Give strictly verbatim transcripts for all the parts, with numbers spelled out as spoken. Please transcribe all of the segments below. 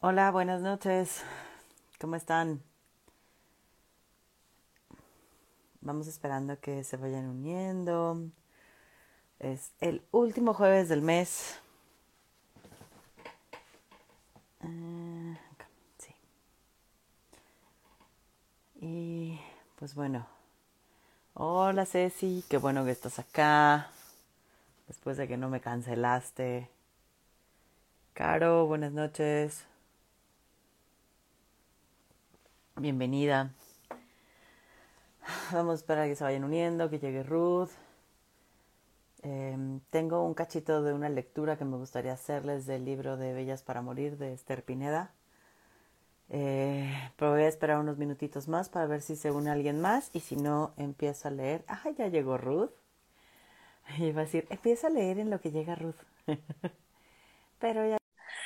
Hola, buenas noches. ¿Cómo están? Vamos esperando que se vayan uniendo. Es el último jueves del mes. Uh, sí. Y pues bueno. Hola Ceci, qué bueno que estás acá. Después de que no me cancelaste. Caro, buenas noches. Bienvenida. Vamos a esperar a que se vayan uniendo, que llegue Ruth. Eh, tengo un cachito de una lectura que me gustaría hacerles del libro de Bellas para Morir de Esther Pineda. Eh, pero voy a esperar unos minutitos más para ver si se une alguien más y si no, empiezo a leer. Ah, ya llegó Ruth. Y va a decir, empieza a leer en lo que llega Ruth. Pero ya...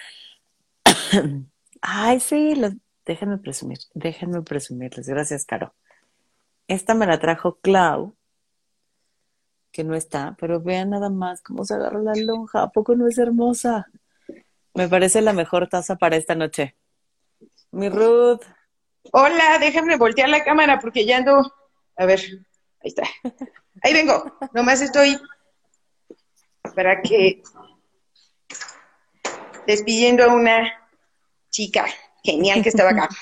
Ay, sí, los... déjenme presumir, déjenme presumirles. Gracias, Caro. Esta me la trajo Clau, que no está, pero vean nada más cómo se agarra la lonja. ¿A poco no es hermosa? Me parece la mejor taza para esta noche. Mi Ruth. Hola, déjame voltear la cámara porque ya ando. A ver, ahí está. Ahí vengo. Nomás estoy para que despidiendo a una chica genial que estaba acá.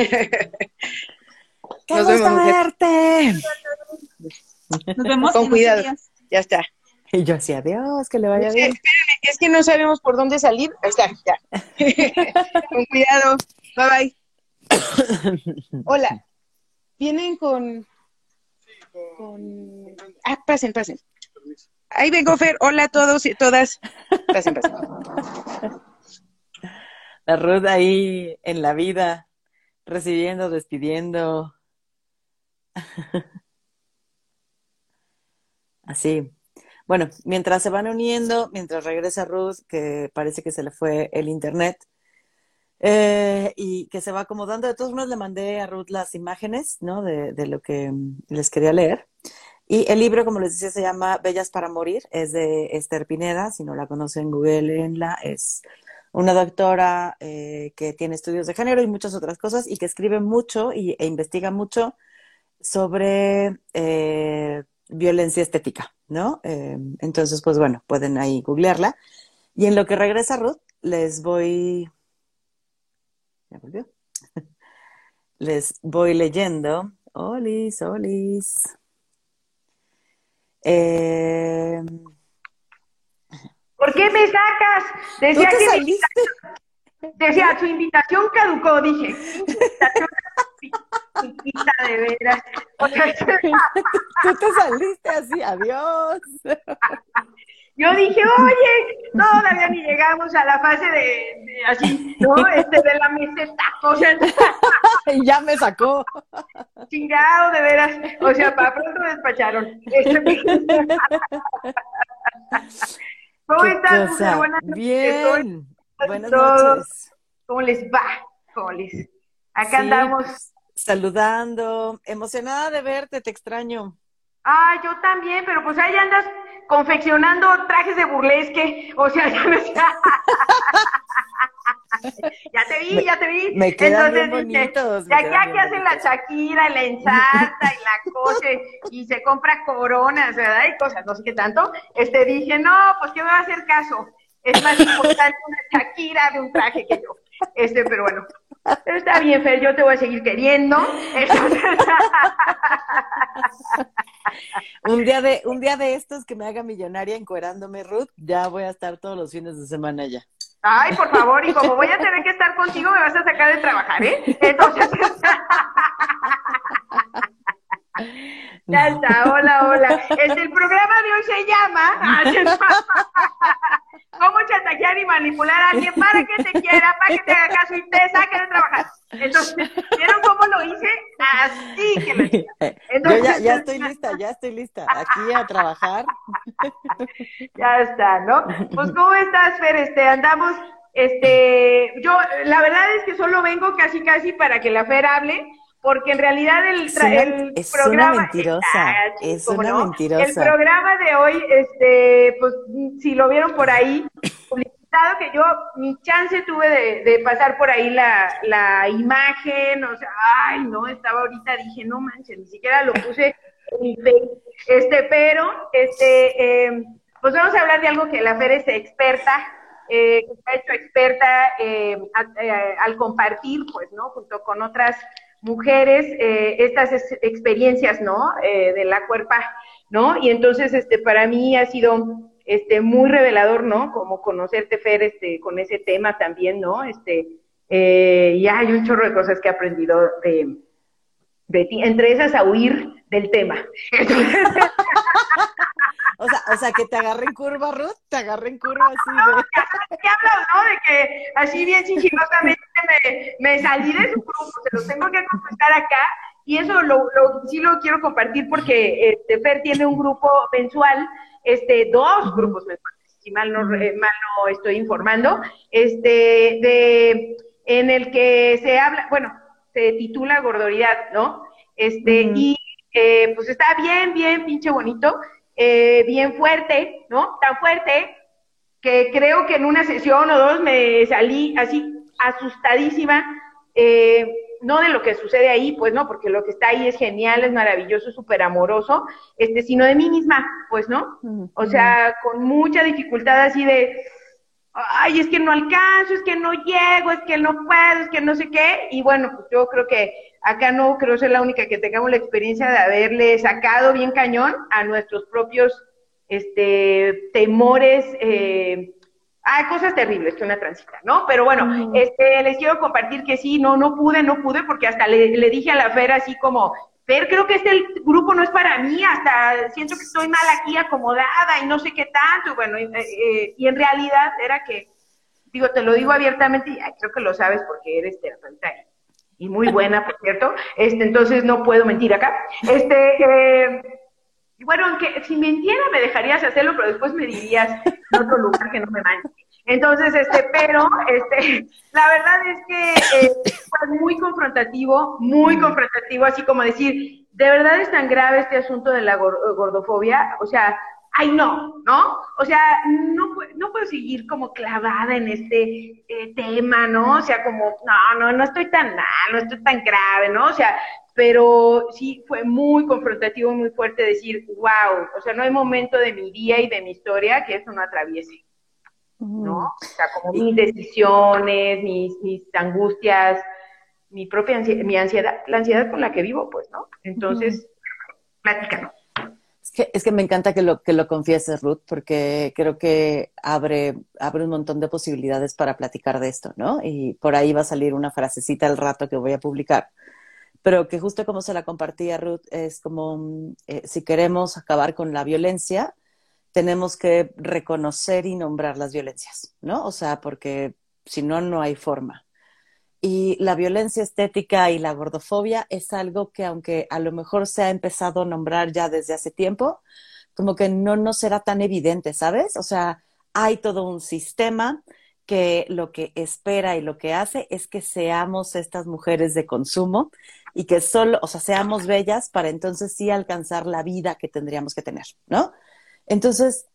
¡Qué Nos gusto vemos, mujer. verte! Nos vemos con cuidado. Ya está. Y yo así, adiós, que le vaya Es que, bien. espérame, es que no sabemos por dónde salir. Ahí está, ya. Con cuidado. Bye bye. Hola. Vienen con. con... Ah, pasen, pasen. Ahí vengo, Fer. Hola a todos y todas. Pasen, pasen. La Ruth ahí en la vida, recibiendo, despidiendo. Así. Bueno, mientras se van uniendo, mientras regresa Ruth, que parece que se le fue el internet, eh, y que se va acomodando. De todos modos, le mandé a Ruth las imágenes, ¿no? De, de lo que mm, les quería leer. Y el libro, como les decía, se llama Bellas para Morir, es de Esther Pineda, si no la conocen, googleenla, es una doctora eh, que tiene estudios de género y muchas otras cosas y que escribe mucho y, e investiga mucho sobre eh, violencia estética, ¿no? Eh, entonces, pues bueno, pueden ahí googlearla. Y en lo que regresa Ruth, les voy... ¿Ya volvió? Les voy leyendo. Olis, olis. Eh, ¿Por qué me sacas? ¿Tú Decía te que mi saliste? invitación, decía, su invitación caducó, dije. Invitación chiquita de veras. O sea, Tú te saliste así, adiós. yo dije, oye, todavía ni llegamos a la fase de, de así, ¿no? Este, de la meseta, o sea, Y ya me sacó. chingado, de veras. O sea, para pronto despacharon. Este, ¿Cómo ¿Qué estás, mujer? cosa? Buenas noches. ¿Cómo Bien. estás Buenas todos? noches. ¿Cómo les va? ¿Cómo les? Acá Sí, andamos. pues saludando, emocionada de verte, te extraño. Ah, yo también, pero pues ahí andas confeccionando trajes de burlesque, o sea, ya, me... ya te vi, Me, ya te vi. me quedan bien Entonces dije, bonitos, de me aquí quedan a que bien hacen la bonitos. Shakira, y la ensarta y la cose y se compra coronas, ¿verdad? Y cosas, no sé qué tanto. Este dije, no, pues ¿qué me va a hacer caso? Es más importante una Shakira de un traje que yo. Este, pero bueno. Pero está bien, Fer, yo te voy a seguir queriendo. Entonces... Un día de, un día de estos que me haga millonaria encuerándome, Ruth, ya voy a estar todos los fines de semana ya. Ay, por favor, y como voy a tener que estar contigo, me vas a sacar de trabajar, ¿eh? Entonces, ya No. está, hola, hola. Este, el programa de hoy se llama ¿Cómo chantajear y manipular a alguien para que te quiera, para que te haga caso y te saque de trabajar? Entonces, ¿vieron cómo lo hice? Así que lo hice. Yo ya, Entonces, ya estoy lista, ya estoy lista. Aquí a trabajar. ya está, ¿no? Pues, ¿cómo estás, Fer? Este, andamos, este, yo, la verdad es que solo vengo casi, casi para que la Fer hable, porque en realidad el, Es tra- una, el es una programa, mentirosa, ah, sí, es cómo una no, el mentirosa. programa de hoy, este, pues, si lo vieron por ahí, dado que yo mi chance tuve de, de pasar por ahí la, la imagen, o sea, ay, no, estaba ahorita, dije, no manches, ni siquiera lo puse en mi face, este, pero, este, eh, pues vamos a hablar de algo que la Fer es experta, eh, que se ha hecho experta eh, a, eh, al compartir, pues, ¿no? Junto con otras mujeres, eh, estas es, experiencias, ¿no? Eh, de la cuerpa, ¿no? Y entonces, este, para mí ha sido, este, muy revelador, ¿no? Como conocerte, Fer, este, con ese tema también, ¿no? Este, eh, y hay un chorro de cosas que he aprendido de, de ti, entre esas a huir del tema. O sea, o sea, que te agarre en curva, Ruth, te agarre en curva así No, de... ya sabes qué hablas, ¿no? De que así bien sigilosamente me, me salí de su grupo, se los tengo que confesar acá, y eso lo, lo, sí lo quiero compartir porque este, Fer tiene un grupo mensual, este, dos grupos mensuales, si mal no, eh, mal no estoy informando, este, de, en el que se habla, bueno, se titula Gordoridad, ¿no? Este, uh-huh. y eh, pues está bien, bien pinche bonito, Eh, bien fuerte, ¿no? Tan fuerte que creo que en una sesión o dos me salí así asustadísima, eh, no de lo que sucede ahí, pues no, porque lo que está ahí es genial, es maravilloso, súper amoroso, este, sino de mí misma, pues, ¿no? Uh-huh. O sea, con mucha dificultad así de, ay, es que no alcanzo, es que no llego, es que no puedo, es que no sé qué, y bueno, pues yo creo que acá no creo ser la única que tengamos la experiencia de haberle sacado bien cañón a nuestros propios este temores, eh, ah, cosas terribles que una transita, ¿no? Pero bueno, mm. este les quiero compartir que sí, no, no pude, no pude, porque hasta le, le dije a la Fer así como, Fer, creo que este grupo no es para mí, hasta siento que estoy mal aquí acomodada y no sé qué tanto, y bueno, eh, eh, y en realidad era que, digo, te lo digo abiertamente, y creo que lo sabes porque eres terapeuta y muy buena, por cierto, este, entonces no puedo mentir acá. Este, eh, bueno, aunque si mintiera me dejarías hacerlo, pero después me dirías en otro lugar que no me manche. Entonces, este, pero, este, la verdad es que eh, fue muy confrontativo, muy confrontativo, así como decir, ¿de verdad es tan grave este asunto de la gordofobia? O sea, ay no, ¿no? O sea, no, no puedo seguir como clavada en este eh, tema, ¿no? O sea, como, no, no, no estoy tan mal, no estoy tan grave, ¿no? O sea, pero sí fue muy confrontativo, muy fuerte decir, wow, o sea, no hay momento de mi día y de mi historia que eso no atraviese, ¿no? O sea, como mis decisiones, mis, mis angustias, mi propia ansiedad, mi ansiedad, la ansiedad con la que vivo, pues, ¿no? Entonces, uh-huh. platícanos. Es que, es que me encanta que lo, que lo confieses, Ruth, porque creo que abre, abre un montón de posibilidades para platicar de esto, ¿no? Y por ahí va a salir una frasecita al rato que voy a publicar. Pero que justo como se la compartía Ruth, es como, eh, si queremos acabar con la violencia, tenemos que reconocer y nombrar las violencias, ¿no? O sea, porque si no, no hay forma. Y la violencia estética y la gordofobia es algo que, aunque a lo mejor se ha empezado a nombrar ya desde hace tiempo, como que no nos será tan evidente, ¿sabes? O sea, hay todo un sistema que lo que espera y lo que hace es que seamos estas mujeres de consumo y que solo, o sea, seamos bellas para entonces sí alcanzar la vida que tendríamos que tener, ¿no? Entonces,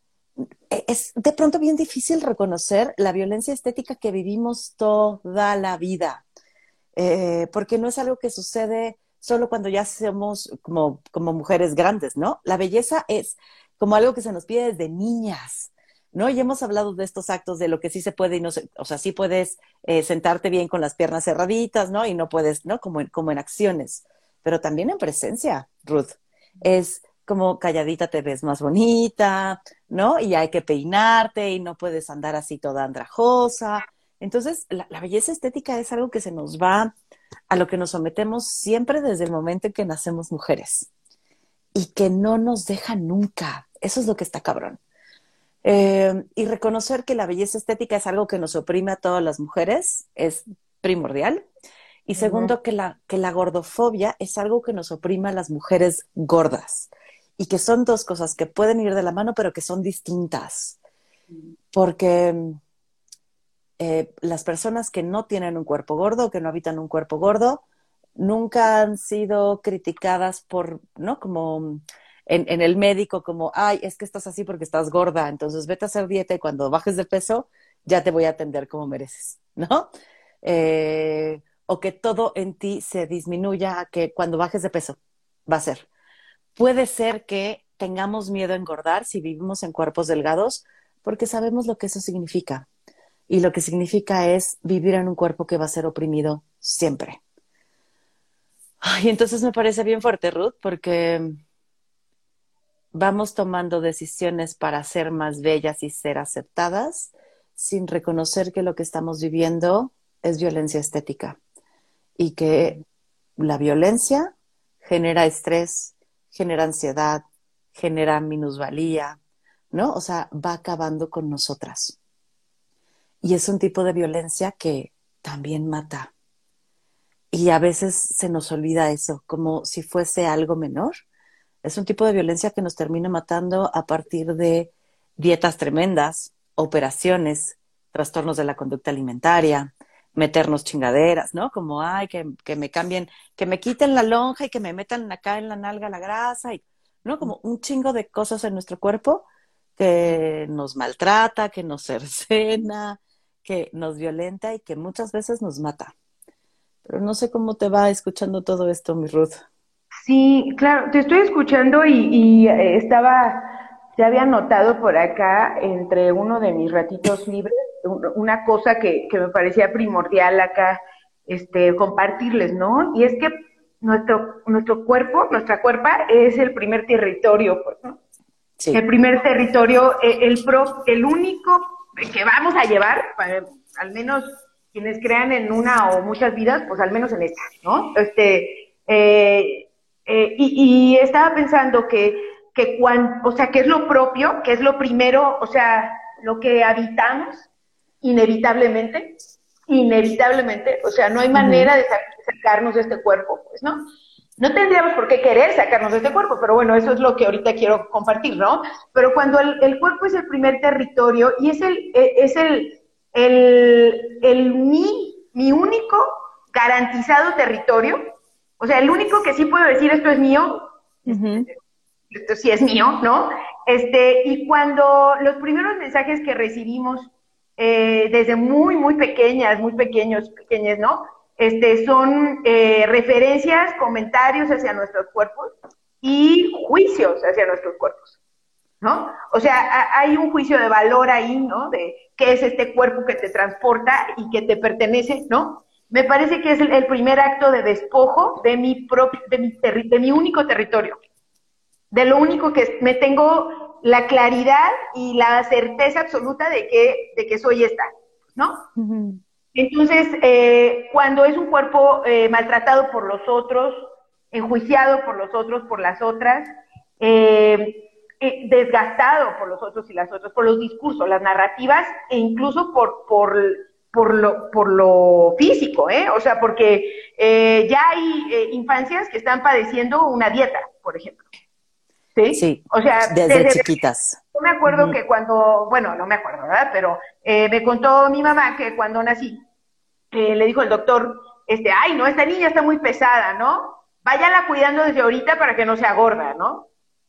es de pronto bien difícil reconocer la violencia estética que vivimos toda la vida, eh, porque no es algo que sucede solo cuando ya somos como, como mujeres grandes, ¿no? La belleza es como algo que se nos pide desde niñas, ¿no? Y hemos hablado de estos actos de lo que sí se puede y no se, o sea, sí puedes eh, sentarte bien con las piernas cerraditas, ¿no? Y no puedes, ¿no? Como en, como en acciones, pero también en presencia, Ruth. Es como calladita te ves más bonita, ¿no? Y hay que peinarte y no puedes andar así toda andrajosa. Entonces, la, la belleza estética es algo que se nos va, a lo que nos sometemos siempre desde el momento en que nacemos mujeres y que no nos deja nunca. Eso es lo que está cabrón. Eh, y reconocer que la belleza estética es algo que nos oprime a todas las mujeres es primordial. Y segundo, uh-huh. que, la, que la gordofobia es algo que nos oprime a las mujeres gordas. Y que son dos cosas que pueden ir de la mano, pero que son distintas. Porque eh, las personas que no tienen un cuerpo gordo, que no habitan un cuerpo gordo, nunca han sido criticadas por, ¿no? Como en, en el médico, como, ay, es que estás así porque estás gorda, entonces vete a hacer dieta y cuando bajes de peso, ya te voy a atender como mereces, ¿no? Eh, o que todo en ti se disminuya, que cuando bajes de peso va a ser. Puede ser que tengamos miedo a engordar si vivimos en cuerpos delgados, porque sabemos lo que eso significa. Y lo que significa es vivir en un cuerpo que va a ser oprimido siempre. Y entonces me parece bien fuerte, Ruth, porque vamos tomando decisiones para ser más bellas y ser aceptadas sin reconocer que lo que estamos viviendo es violencia estética y que la violencia genera estrés, genera ansiedad, genera minusvalía, ¿no? O sea, va acabando con nosotras. Y es un tipo de violencia que también mata. Y a veces se nos olvida eso, como si fuese algo menor. Es un tipo de violencia que nos termina matando a partir de dietas tremendas, operaciones, trastornos de la conducta alimentaria, meternos chingaderas, ¿no? Como, ay, que, que me cambien, que me quiten la lonja y que me metan acá en la nalga la grasa, y, ¿no? Como un chingo de cosas en nuestro cuerpo que nos maltrata, que nos cercena, que nos violenta y que muchas veces nos mata. Pero no sé cómo te va escuchando todo esto, mi Ruth. Sí, claro, te estoy escuchando y, y eh, estaba, ya había notado por acá, entre uno de mis ratitos libres, un- una cosa que, que me parecía primordial acá, este, compartirles, ¿no? Y es que nuestro, nuestro cuerpo, nuestra cuerpa es el primer territorio, pues, ¿no? El Sí. primer territorio, eh, el pro, el único que vamos a llevar, eh, al menos quienes crean en una o muchas vidas, pues al menos en esta, ¿no? Este, eh, eh, y, y estaba pensando que, que cuan, o sea, que es lo propio, que es lo primero, o sea, lo que habitamos, inevitablemente, inevitablemente, o sea, no hay Uh-huh. manera de sacarnos de este cuerpo, pues, ¿no? No tendríamos por qué querer sacarnos de este cuerpo, pero bueno, eso es lo que ahorita quiero compartir, ¿no? Pero cuando el, el cuerpo es el primer territorio y es el, es el, el, el mi, mi único garantizado territorio, o sea, el único que sí puedo decir esto es mío, Uh-huh. esto sí es mío, ¿no? Este, y cuando los primeros mensajes que recibimos eh, desde muy, muy pequeñas, muy pequeños, pequeñas, ¿no? Este, son eh, referencias, comentarios hacia nuestros cuerpos y juicios hacia nuestros cuerpos, ¿no? O sea, a, hay un juicio de valor ahí, ¿no? De qué es este cuerpo que te transporta y que te pertenece, ¿no? Me parece que es el, el primer acto de despojo de mi propio, de mi, terri de mi único territorio, de lo único que me tengo la claridad y la certeza absoluta de que, de que soy esta, ¿no? Uh-huh. Entonces, eh, cuando es un cuerpo eh, maltratado por los otros, enjuiciado por los otros, por las otras, eh, eh, desgastado por los otros y las otras, por los discursos, las narrativas e incluso por, por, por, lo, por lo físico, ¿eh? O sea, porque eh, ya hay eh, infancias que están padeciendo una dieta, por ejemplo. ¿Sí? Sí, O sea, desde desde, chiquitas. yo me acuerdo Uh-huh. que cuando, bueno, no me acuerdo, ¿verdad? Pero eh, me contó mi mamá que cuando nací, eh, le dijo el doctor, este, ay, no, esta niña está muy pesada, ¿no? Váyala cuidando desde ahorita para que no sea gorda, ¿no?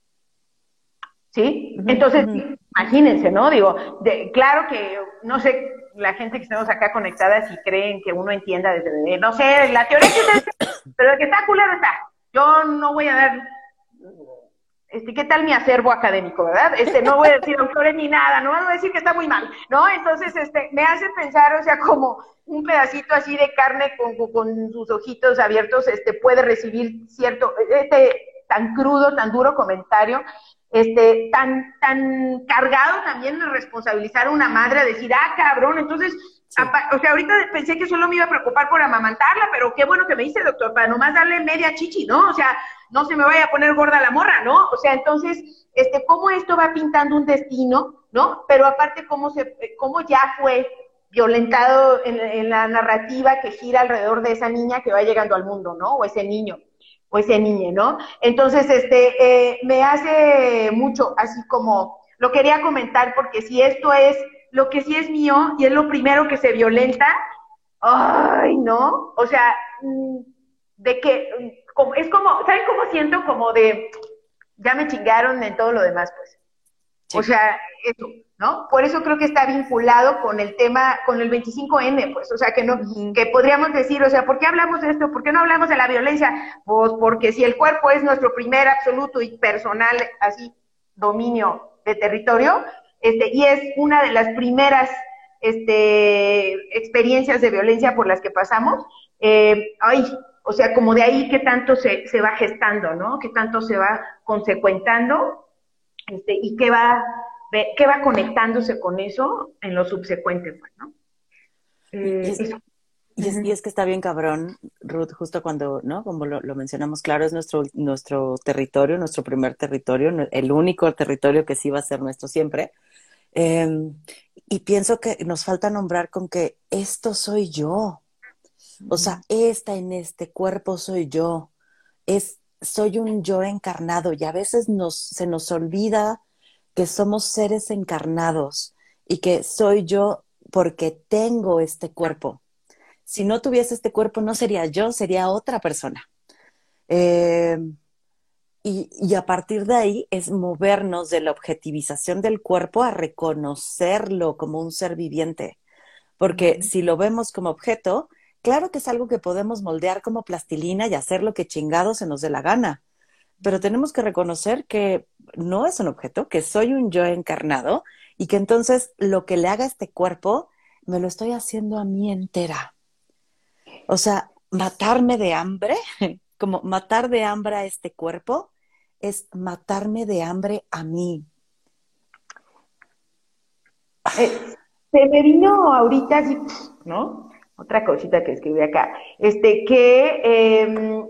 ¿Sí? Uh-huh. Entonces, Uh-huh. imagínense, ¿no? Digo, de, claro que, no sé, la gente que estamos acá conectada, si creen que uno entienda desde bebé, no sé, la teoría que ustedes, pero el que está culero está. Yo no voy a dar este, ¿qué tal mi acervo académico, verdad? Este, no voy a decir autores ni nada, no voy a decir que está muy mal, ¿no? Entonces, este, me hace pensar, o sea, como un pedacito así de carne con, con, con sus ojitos abiertos, este, puede recibir cierto, este, tan crudo, tan duro comentario, este, tan, tan cargado también de responsabilizar a una madre, a decir, ah, cabrón, entonces, Sí. o sea, ahorita pensé que solo me iba a preocupar por amamantarla, pero qué bueno que me dice, doctor, para nomás darle media chichi, ¿no? O sea, no se me vaya a poner gorda la morra, ¿no? O sea, entonces, este, cómo esto va pintando un destino, ¿no? Pero aparte, cómo, se, cómo ya fue violentado en, en la narrativa que gira alrededor de esa niña que va llegando al mundo, ¿no? O ese niño, o ese niñe, ¿no? Entonces, este, eh, me hace mucho, así como, lo quería comentar, porque si esto es lo que sí es mío y es lo primero que se violenta, ay, ¿no? O sea, de que, como, es como, ¿saben cómo siento? Como de, ya me chingaron en todo lo demás, pues. O Sí. sea, eso, ¿no? Por eso creo que está vinculado con el tema, con el veinticinco ene, pues, o sea, que no, Ujú. que podríamos decir, o sea, ¿por qué hablamos de esto? ¿Por qué no hablamos de la violencia? Pues porque si el cuerpo es nuestro primer absoluto y personal, así, dominio de territorio, este, y es una de las primeras este, experiencias de violencia por las que pasamos, eh, ay, o sea, como de ahí que tanto se, se va gestando, ¿no? Que tanto se va consecuentando, este, y qué va, qué va conectándose con eso en lo subsecuente, pues, ¿no? Y, y Eh, es, eso. y, es, y Uh-huh. es que está bien cabrón, Ruth, justo cuando, ¿no? Como lo, lo mencionamos, claro, es nuestro, nuestro territorio, nuestro primer territorio, no- el único territorio que sí va a ser nuestro siempre. Eh, y pienso que nos falta nombrar con que esto soy yo. O sea, esta en este cuerpo soy yo. Es, soy un yo encarnado y a veces nos, se nos olvida que somos seres encarnados y que soy yo porque tengo este cuerpo. Si no tuviese este cuerpo, no sería yo, sería otra persona. Eh, y, y a partir de ahí es movernos de la objetivización del cuerpo a reconocerlo como un ser viviente. Porque si lo vemos como objeto, claro que es algo que podemos moldear como plastilina y hacer lo que chingado se nos dé la gana. Pero tenemos que reconocer que no es un objeto, que soy un yo encarnado y que entonces lo que le haga a este cuerpo me lo estoy haciendo a mí entera. O sea, matarme de hambre, como matar de hambre a este cuerpo, es matarme de hambre a mí. Eh, se me vino ahorita así, ¿no? Otra cosita que escribí acá. Este, que eh,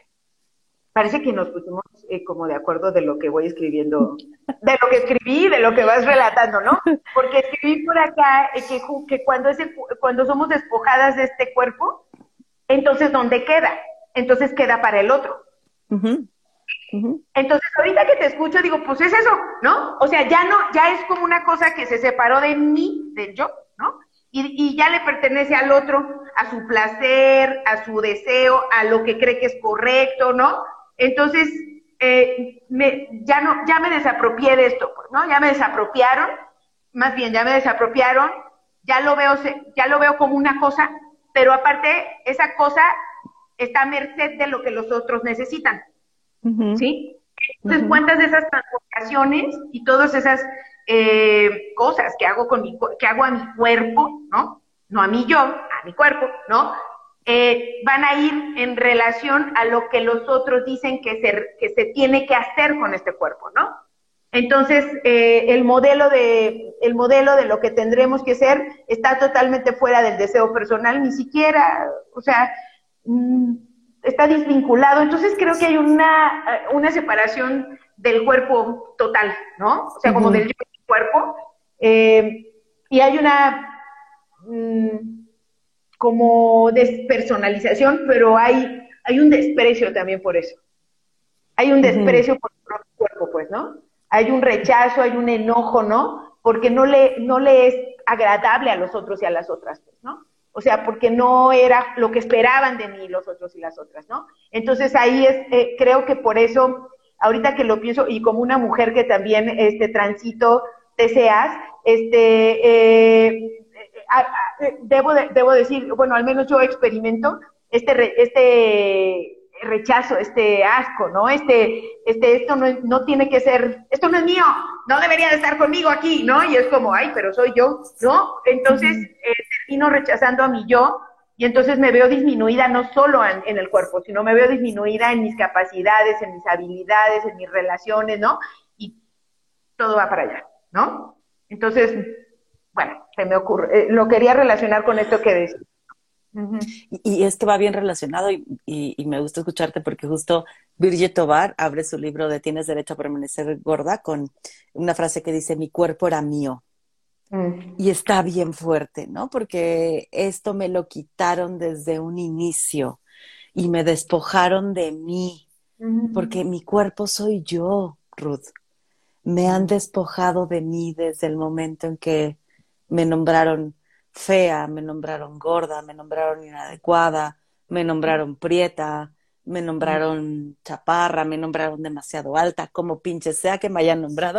parece que nos pusimos eh, como de acuerdo de lo que voy escribiendo, de lo que escribí, de lo que vas relatando, ¿no? Porque escribí por acá eh, que, que cuando, ese, cuando somos despojadas de este cuerpo, entonces ¿dónde queda? Entonces queda para el otro. Uh-huh, uh-huh. Entonces, ahorita que te escucho, digo, pues es eso, ¿no? O sea, ya no, ya es como una cosa que se separó de mí, del yo, ¿no? Y, y ya le pertenece al otro, a su placer, a su deseo, a lo que cree que es correcto, ¿no? Entonces, eh, me, ya no, ya me desapropié de esto, pues, ¿no? Ya me desapropiaron, más bien, ya me desapropiaron, ya lo veo, ya lo veo como una cosa, pero aparte, esa cosa está a merced de lo que los otros necesitan. Uh-huh. ¿Sí? Entonces, Uh-huh. ¿cuántas de esas transformaciones y todas esas eh, cosas que hago, con mi, que hago a mi cuerpo, ¿no? No a mí yo, a mi cuerpo, ¿no? Eh, van a ir en relación a lo que los otros dicen que se, que se tiene que hacer con este cuerpo, ¿no? Entonces, eh, el, modelo de, el modelo de lo que tendremos que ser está totalmente fuera del deseo personal, ni siquiera, o sea, mmm, está desvinculado. Entonces creo que hay una, una separación del cuerpo total, ¿no? O sea, como Uh-huh. del yo y el cuerpo. Eh, y hay una mmm, como despersonalización, pero hay, hay un desprecio también por eso. Hay un Uh-huh. desprecio por el propio cuerpo, pues, ¿no? Hay un rechazo, hay un enojo, ¿no? Porque no le, no le es agradable a los otros y a las otras, pues, ¿no? O sea, porque no era lo que esperaban de mí los otros y las otras, ¿no? Entonces ahí es, eh, creo que por eso, ahorita que lo pienso, y como una mujer que también este, transito T C As, este, eh, a, a, debo, de, debo decir, bueno, al menos yo experimento este, este rechazo, este asco, ¿no? Este, este, esto no, no tiene que ser, esto no es mío, no debería de estar conmigo aquí, ¿no? Y es como, ay, pero soy yo, ¿no? Entonces, Uh-huh. eh, termino rechazando a mi yo y entonces me veo disminuida no solo en, en el cuerpo, sino me veo disminuida en mis capacidades, en mis habilidades, en mis relaciones, ¿no? Y todo va para allá, ¿no? Entonces, bueno, se me ocurre, eh, lo quería relacionar con esto que decía. Uh-huh. Y, y es que va bien relacionado y, y, y me gusta escucharte porque justo Virgil Tovar abre su libro de Tienes derecho a permanecer gorda con una frase que dice, mi cuerpo era mío. Mm. Y está bien fuerte, ¿no? Porque esto me lo quitaron desde un inicio y me despojaron de mí, Mm. porque mi cuerpo soy yo, Ruth. Me han despojado de mí desde el momento en que me nombraron fea, me nombraron gorda, me nombraron inadecuada, me nombraron prieta, me nombraron chaparra, me nombraron demasiado alta, como pinche sea que me hayan nombrado,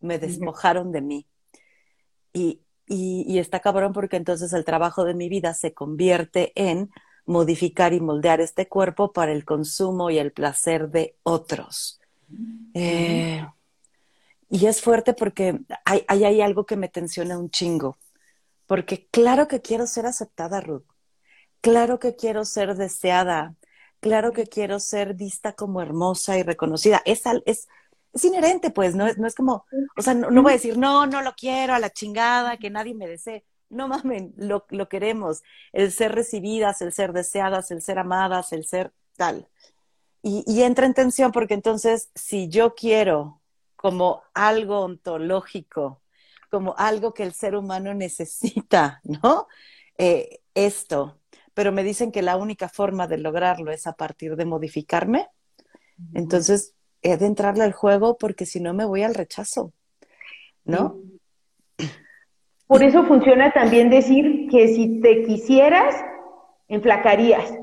me despojaron de mí. Y, y, y está cabrón porque entonces el trabajo de mi vida se convierte en modificar y moldear este cuerpo para el consumo y el placer de otros. Eh, y es fuerte porque hay, hay, hay algo que me tensiona un chingo. Porque claro que quiero ser aceptada, Ruth. Claro que quiero ser deseada. Claro que quiero ser vista como hermosa y reconocida. Es, al- es, es inherente, pues, no es, no es como, o sea, no, no voy a decir, no, no lo quiero, a la chingada, que nadie me desee. No mamen, lo, lo queremos. El ser recibidas, el ser deseadas, el ser amadas, el ser tal. Y, y entra en tensión porque entonces, si yo quiero como algo ontológico, como algo que el ser humano necesita, ¿no? Eh, esto, pero me dicen que la única forma de lograrlo es a partir de modificarme, entonces he de entrarle al juego porque si no me voy al rechazo, ¿no? Sí. Por eso funciona también decir que si te quisieras, enflacarías.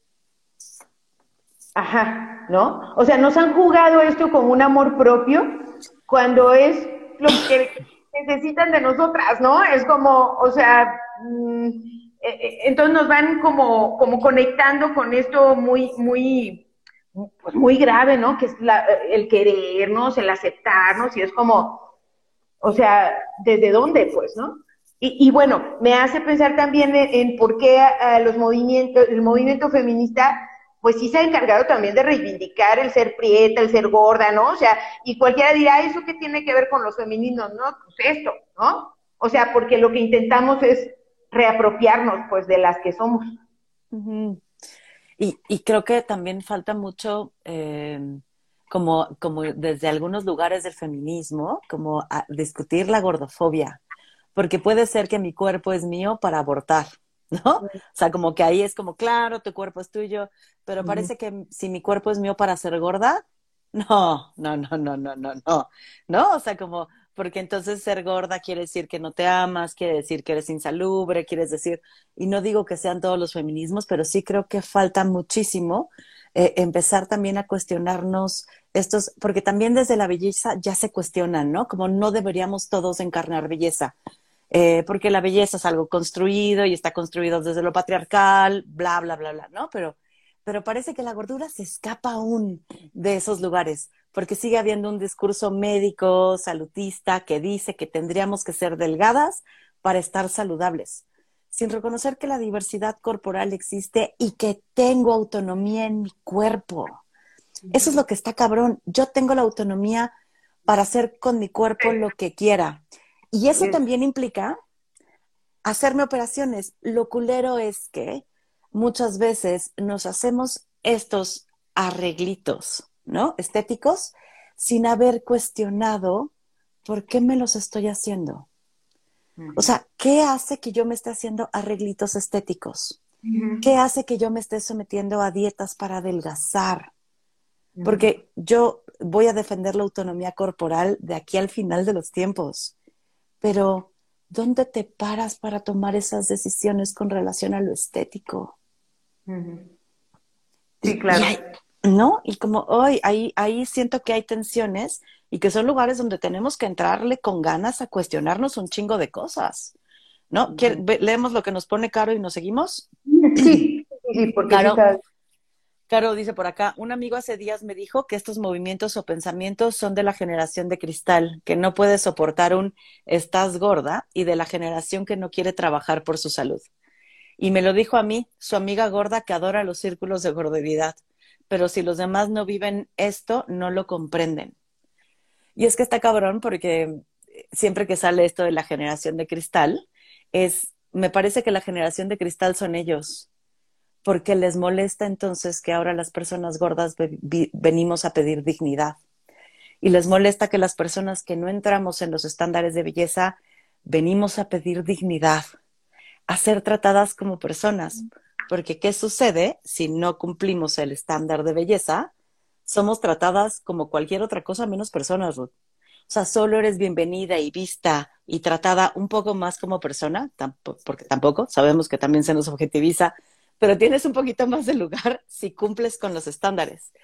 Ajá, ¿no? O sea, nos han jugado esto como un amor propio cuando es lo que necesitan de nosotras, ¿no? Es como, o sea, mm, eh, eh, entonces nos van como, como conectando con esto muy, muy, pues muy grave, ¿no? Que es la, el querernos, el aceptarnos, y es como, o sea, ¿desde dónde, pues, no? Y, y bueno, me hace pensar también en, en por qué a, a los movimientos, el movimiento feminista, pues sí se ha encargado también de reivindicar el ser prieta, el ser gorda, ¿no? O sea, y cualquiera dirá, ¿eso qué tiene que ver con los femeninos? No, pues esto, ¿no? O sea, porque lo que intentamos es reapropiarnos, pues, de las que somos. Uh-huh. Y, y creo que también falta mucho, eh, como, como desde algunos lugares del feminismo, como a discutir la gordofobia, porque puede ser que mi cuerpo es mío para abortar, ¿no? O sea, como que ahí es como, claro, tu cuerpo es tuyo, pero parece que si mi cuerpo es mío para ser gorda, no, no, no, no, no, no, no, ¿no? O sea, como, porque entonces ser gorda quiere decir que no te amas, quiere decir que eres insalubre, quieres decir, y no digo que sean todos los feminismos, pero sí creo que falta muchísimo eh, empezar también a cuestionarnos estos, porque también desde la belleza ya se cuestionan, ¿no? Como no deberíamos todos encarnar belleza. Eh, porque la belleza es algo construido y está construido desde lo patriarcal, bla, bla, bla, bla, ¿no? Pero, pero parece que la gordura se escapa aún de esos lugares, porque sigue habiendo un discurso médico, salutista, que dice que tendríamos que ser delgadas para estar saludables, sin reconocer que la diversidad corporal existe y que tengo autonomía en mi cuerpo. Eso es lo que está cabrón. Yo tengo la autonomía para hacer con mi cuerpo lo que quiera. Y eso también implica hacerme operaciones. Lo culero es que muchas veces nos hacemos estos arreglitos, ¿no? Estéticos, sin haber cuestionado por qué me los estoy haciendo. O sea, ¿qué hace que yo me esté haciendo arreglitos estéticos? ¿Qué hace que yo me esté sometiendo a dietas para adelgazar? Porque yo voy a defender la autonomía corporal de aquí al final de los tiempos. Pero, ¿dónde te paras para tomar esas decisiones con relación a lo estético? Sí, claro. Y, y hay, ¿no? Y como hoy, ahí, ahí siento que hay tensiones y que son lugares donde tenemos que entrarle con ganas a cuestionarnos un chingo de cosas, ¿no? Uh-huh. ¿Leemos lo que nos pone Caro y nos seguimos? Sí, sí, porque Caro, sí está... Caro dice por acá, un amigo hace días me dijo que estos movimientos o pensamientos son de la generación de cristal, que no puede soportar un estás gorda, y de la generación que no quiere trabajar por su salud. Y me lo dijo a mí, su amiga gorda que adora los círculos de gorderidad. Pero si los demás no viven esto, no lo comprenden. Y es que está cabrón porque siempre que sale esto de la generación de cristal, es, me parece que la generación de cristal son ellos. Porque les molesta entonces que ahora las personas gordas venimos a pedir dignidad. Y les molesta que las personas que no entramos en los estándares de belleza venimos a pedir dignidad, a ser tratadas como personas. Porque ¿qué sucede si no cumplimos el estándar de belleza? Somos tratadas como cualquier otra cosa menos personas, Ruth. O sea, solo eres bienvenida y vista y tratada un poco más como persona, tamp- porque tampoco, sabemos que también se nos objetiviza, pero tienes un poquito más de lugar si cumples con los estándares.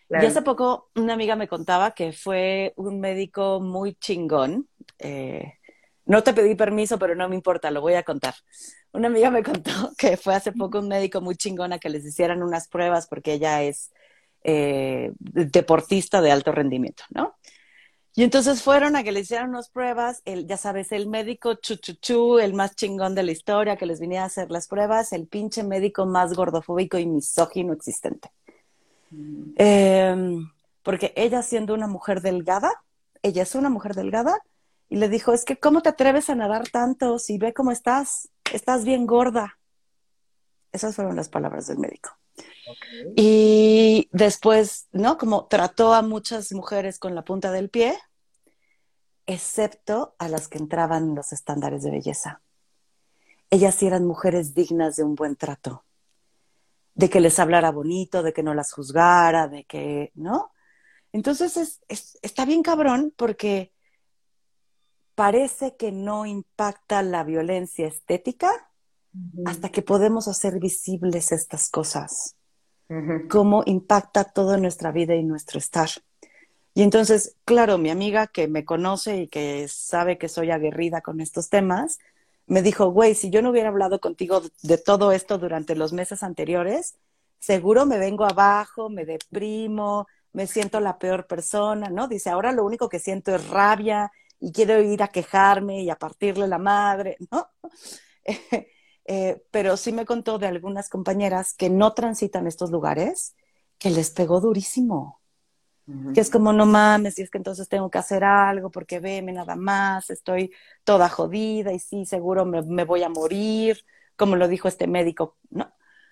Y hace poco una amiga me contaba que fue un médico muy chingón. Eh, no te pedí permiso, pero no me importa, lo voy a contar. Una amiga me contó que fue hace poco un médico muy chingón a que les hicieran unas pruebas porque ella es eh, deportista de alto rendimiento, ¿no? Y entonces fueron a que le hicieran unas pruebas, el, ya sabes, el médico chuchuchú, el más chingón de la historia, que les viniera a hacer las pruebas, el pinche médico más gordofóbico y misógino existente. Mm. Eh, porque ella siendo una mujer delgada, ella es una mujer delgada, y le dijo, es que ¿cómo te atreves a nadar tanto si ve cómo estás? Estás bien gorda. Esas fueron las palabras del médico. Okay. Y después, ¿no? Como trató a muchas mujeres con la punta del pie, excepto a las que entraban en los estándares de belleza. Ellas sí eran mujeres dignas de un buen trato, de que les hablara bonito, de que no las juzgara, de que, ¿no? Entonces es, es, está bien cabrón porque parece que no impacta la violencia estética uh-huh. hasta que podemos hacer visibles estas cosas. Uh-huh. Cómo impacta toda nuestra vida y nuestro estar. Y entonces, claro, mi amiga que me conoce y que sabe que soy aguerrida con estos temas, me dijo, güey, si yo no hubiera hablado contigo de todo esto durante los meses anteriores, seguro me vengo abajo, me deprimo, me siento la peor persona, ¿no? Dice, ahora lo único que siento es rabia y quiero ir a quejarme y a partirle la madre, ¿no? Eh, eh, pero sí me contó de algunas compañeras que no transitan estos lugares, que les pegó durísimo. Uh-huh. Que es como, no mames, y es que entonces tengo que hacer algo, porque veme nada más, estoy toda jodida y sí, seguro me, me voy a morir, como lo dijo este médico, ¿no?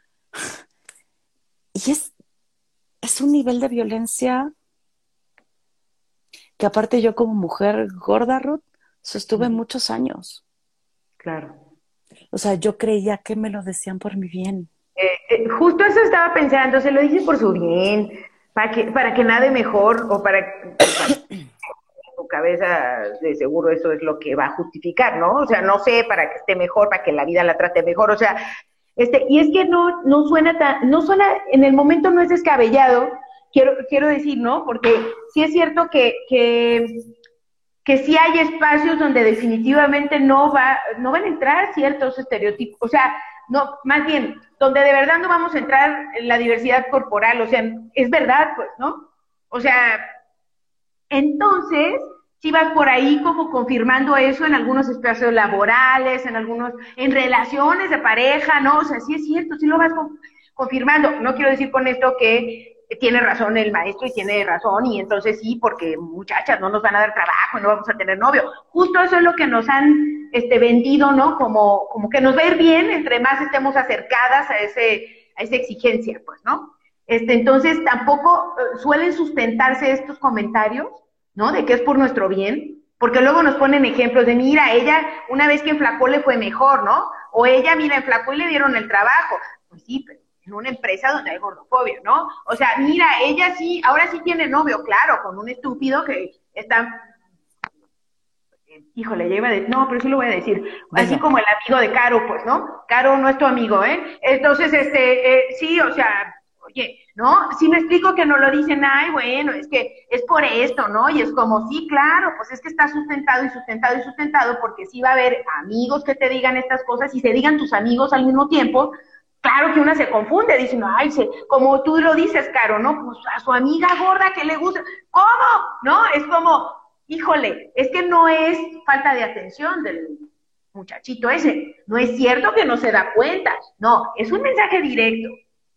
Y es, es un nivel de violencia que aparte yo como mujer gorda, Ruth, sostuve uh-huh. muchos años. Claro. O sea, yo creía que me lo decían por mi bien. Eh, eh, justo eso estaba pensando, se lo dice por su bien, para que, para que nade mejor, o para, para en tu cabeza de seguro eso es lo que va a justificar, ¿no? O sea, no sé, para que esté mejor, para que la vida la trate mejor, o sea, este, y es que no, no suena tan, no suena, en el momento no es descabellado, quiero, quiero decir, ¿no? Porque sí es cierto que, que, que sí hay espacios donde definitivamente no va, no van a entrar ciertos estereotipos, o sea, no, más bien, donde de verdad no vamos a entrar en la diversidad corporal, o sea, es verdad, pues, ¿no? O sea, entonces, si vas por ahí como confirmando eso en algunos espacios laborales, en algunos, en relaciones de pareja, ¿no? O sea, sí es cierto, sí lo vas con, confirmando. No quiero decir con esto que tiene razón el maestro y tiene razón, y entonces sí, porque muchachas no nos van a dar trabajo y no vamos a tener novio. Justo eso es lo que nos han este, vendido, ¿no? Como, como que nos va a ir bien entre más estemos acercadas a ese, a esa exigencia, pues, ¿no? Este, entonces tampoco uh, suelen sustentarse estos comentarios, ¿no? De que es por nuestro bien, porque luego nos ponen ejemplos de, mira, ella una vez que enflacó le fue mejor, ¿no? O ella, mira, enflacó y le dieron el trabajo. Pues sí, pero en una empresa donde hay gordofobia, ¿no? O sea, mira, ella sí, ahora sí tiene novio, claro, con un estúpido que está, híjole, ya iba a decir, no, pero sí lo voy a decir, así Venga. Como el amigo de Caro, pues, ¿no? Caro no es tu amigo, ¿eh? Entonces, este, eh, sí, o sea, oye, ¿no? Si me explico que no lo dicen, ay, bueno, es que es por esto, ¿no? Y es como, sí, claro, pues es que está sustentado y sustentado y sustentado, porque sí va a haber amigos que te digan estas cosas y se digan tus amigos al mismo tiempo. Claro que una se confunde, dice, no, ay, se, como tú lo dices, Caro, ¿no? Pues a su amiga gorda que le gusta, ¿cómo? ¿No? Es como, híjole, es que no es falta de atención del muchachito ese, no es cierto que no se da cuenta, no, es un mensaje directo,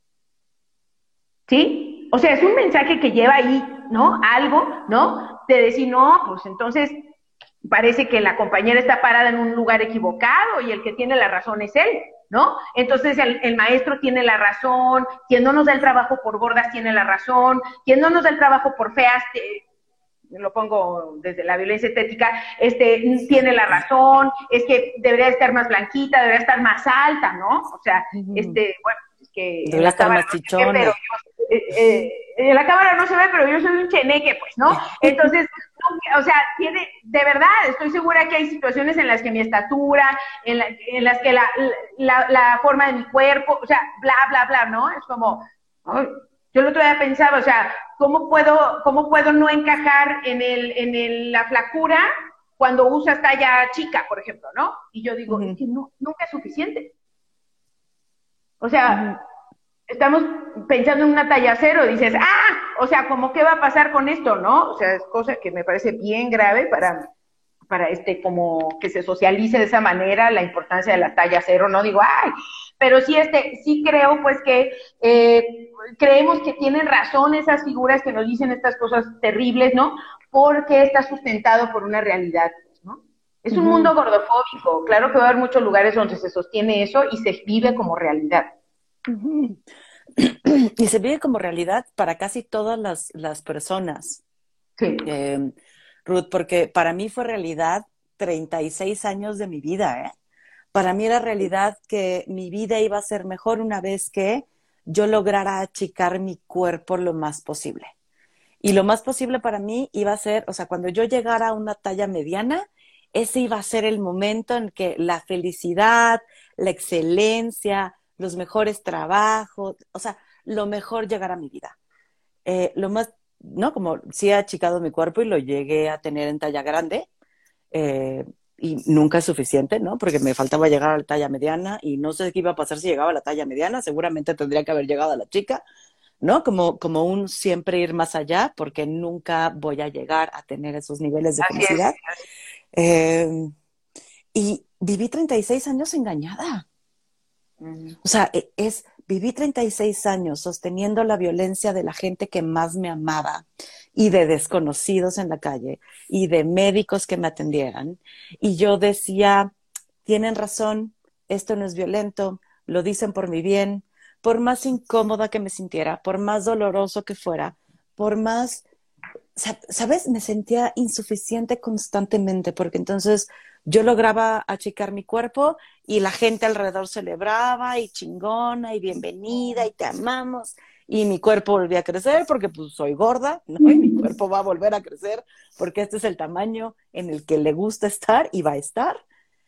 ¿sí? O sea, es un mensaje que lleva ahí, ¿no? Algo, ¿no? De decir, no, pues entonces parece que la compañera está parada en un lugar equivocado y el que tiene la razón es él, ¿no? Entonces el, el maestro tiene la razón, quien no nos da el trabajo por gordas tiene la razón, quien no nos da el trabajo por feas, te, lo pongo desde la violencia estética, este, tiene la razón, es que debería estar más blanquita, debería estar más alta, ¿no? O sea, este, bueno, es que debería en la estar más chichona. Pero yo, eh, eh, en la cámara no se ve, pero yo soy un cheneque, pues, ¿no? Entonces, o sea, tiene, de verdad, estoy segura que hay situaciones en las que mi estatura, en, la, en las que la, la, la forma de mi cuerpo, o sea, bla, bla, bla, ¿no? Es como, ay, yo el otro día pensaba, o sea, ¿cómo puedo, cómo puedo no encajar en el, en el, la flacura cuando usas talla chica, por ejemplo, ¿no? Y yo digo, Ujú. es que no, nunca es suficiente. O sea, Ujú. estamos pensando en una talla cero, dices, ah, o sea, ¿cómo qué va a pasar con esto, no? O sea, es cosa que me parece bien grave para, para este, como que se socialice de esa manera la importancia de la talla cero, no digo, ay, pero sí, este, sí creo, pues, que eh, creemos que tienen razón esas figuras que nos dicen estas cosas terribles, ¿no? Porque está sustentado por una realidad, ¿no? Es un Ujú. mundo gordofóbico, claro que va a haber muchos lugares donde se sostiene eso y se vive como realidad. Ujú. Y se vive como realidad para casi todas las, las personas, Sí. eh, Ruth, porque para mí fue realidad treinta y seis años de mi vida, ¿eh? Para mí era realidad que mi vida iba a ser mejor una vez que yo lograra achicar mi cuerpo lo más posible. Y lo más posible para mí iba a ser, o sea, cuando yo llegara a una talla mediana, ese iba a ser el momento en que la felicidad, la excelencia, los mejores trabajos, o sea, lo mejor llegara a mi vida. Eh, lo más, ¿no? Como sí he achicado mi cuerpo y lo llegué a tener en talla grande, eh, y nunca es suficiente, ¿no? Porque me faltaba llegar a la talla mediana y no sé qué iba a pasar si llegaba a la talla mediana, seguramente tendría que haber llegado a la chica, ¿no? Como, como un siempre ir más allá, porque nunca voy a llegar a tener esos niveles de Así es. felicidad. Eh, y viví treinta y seis años engañada. Uh-huh. O sea, es, viví treinta y seis años sosteniendo la violencia de la gente que más me amaba y de desconocidos en la calle y de médicos que me atendieran. Y yo decía, tienen razón, esto no es violento, lo dicen por mi bien, por más incómoda que me sintiera, por más doloroso que fuera, por más, ¿sabes? Me sentía insuficiente constantemente porque entonces yo lograba achicar mi cuerpo y la gente alrededor celebraba y chingona y bienvenida y te amamos y mi cuerpo volvía a crecer porque pues soy gorda, ¿no? Y mi cuerpo va a volver a crecer porque este es el tamaño en el que le gusta estar y va a estar.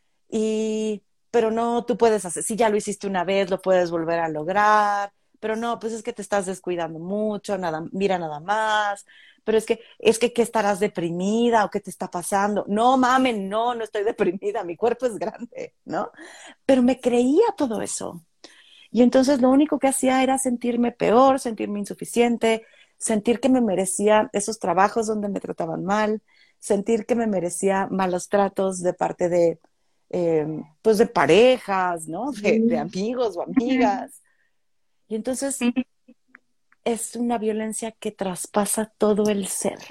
Y, pero no, tú puedes hacer, si ya lo hiciste una vez, lo puedes volver a lograr, pero no, pues es que te estás descuidando mucho, nada, mira nada más, pero es que, es que, ¿qué estarás deprimida o qué te está pasando? No, mamen, no, no estoy deprimida, mi cuerpo es grande, ¿no? Pero me creía todo eso. Y entonces lo único que hacía era sentirme peor, sentirme insuficiente, sentir que me merecía esos trabajos donde me trataban mal, sentir que me merecía malos tratos de parte de, eh, pues de parejas, ¿no? De, de amigos o amigas. Y entonces Sí, es una violencia que traspasa todo el ser.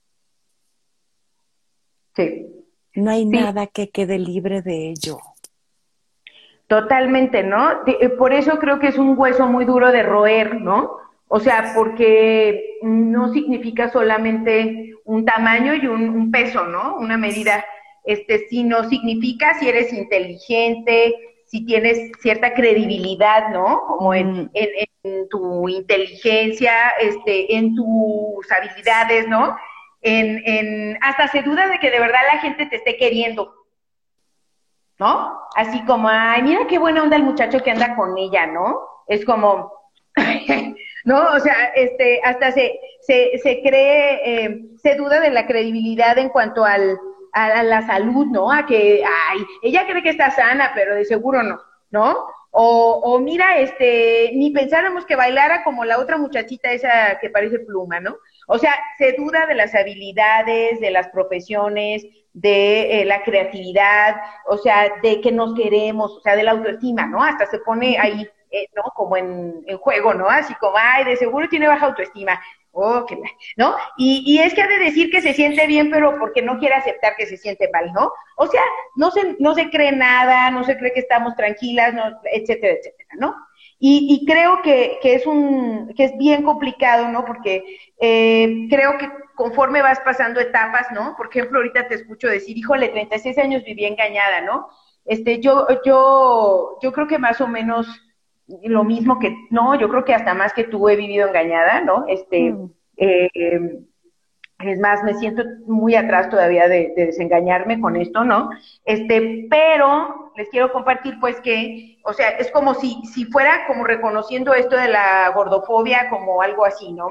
sí, No hay sí, nada que quede libre de ello. totalmente, ¿no? De- eh, por eso creo que es un hueso muy duro de roer, ¿no? O sea, porque no significa solamente un tamaño y un, un peso, ¿no? Una medida, este, sino significa si eres inteligente, si tienes cierta credibilidad, ¿no? Como en, Mm, en, en tu inteligencia, este, en tus habilidades, ¿no? En, en, hasta se duda de que de verdad la gente te esté queriendo, ¿no? Así como, ay, mira qué buena onda el muchacho que anda con ella, ¿no? Es como, ¿no? O sea, este, hasta se, se, se cree, eh, se duda de la credibilidad en cuanto al, a, a la salud, ¿no? A que, ay, ella cree que está sana, pero de seguro no, ¿no? O, o mira, este, ni pensáramos que bailara como la otra muchachita esa que parece pluma, ¿no? O sea, se duda de las habilidades, de las profesiones, de eh, la creatividad, o sea, de que nos queremos, o sea, de la autoestima, ¿no? Hasta se pone ahí, eh, ¿no? Como en, en juego, ¿no? Así como, ay, de seguro tiene baja autoestima. Oh, qué mal, ¿no? Y, y es que ha de decir que se siente bien, pero porque no quiere aceptar que se siente mal, ¿no? O sea, no se, no se cree nada, no se cree que estamos tranquilas, no, etcétera, etcétera, ¿no? Y, y creo que, que, es un, que es bien complicado, ¿no? Porque eh, creo que conforme vas pasando etapas, ¿no? Por ejemplo, ahorita te escucho decir, híjole, treinta y seis años viví engañada, ¿no? Este, yo, yo, yo creo que más o menos lo mismo que, no, yo creo que hasta más que tú he vivido engañada, ¿no? Este, mm, eh, es más, me siento muy atrás todavía de, de desengañarme con esto, ¿no? Este, pero les quiero compartir, pues, que, o sea, es como si, si fuera como reconociendo esto de la gordofobia como algo así, ¿no?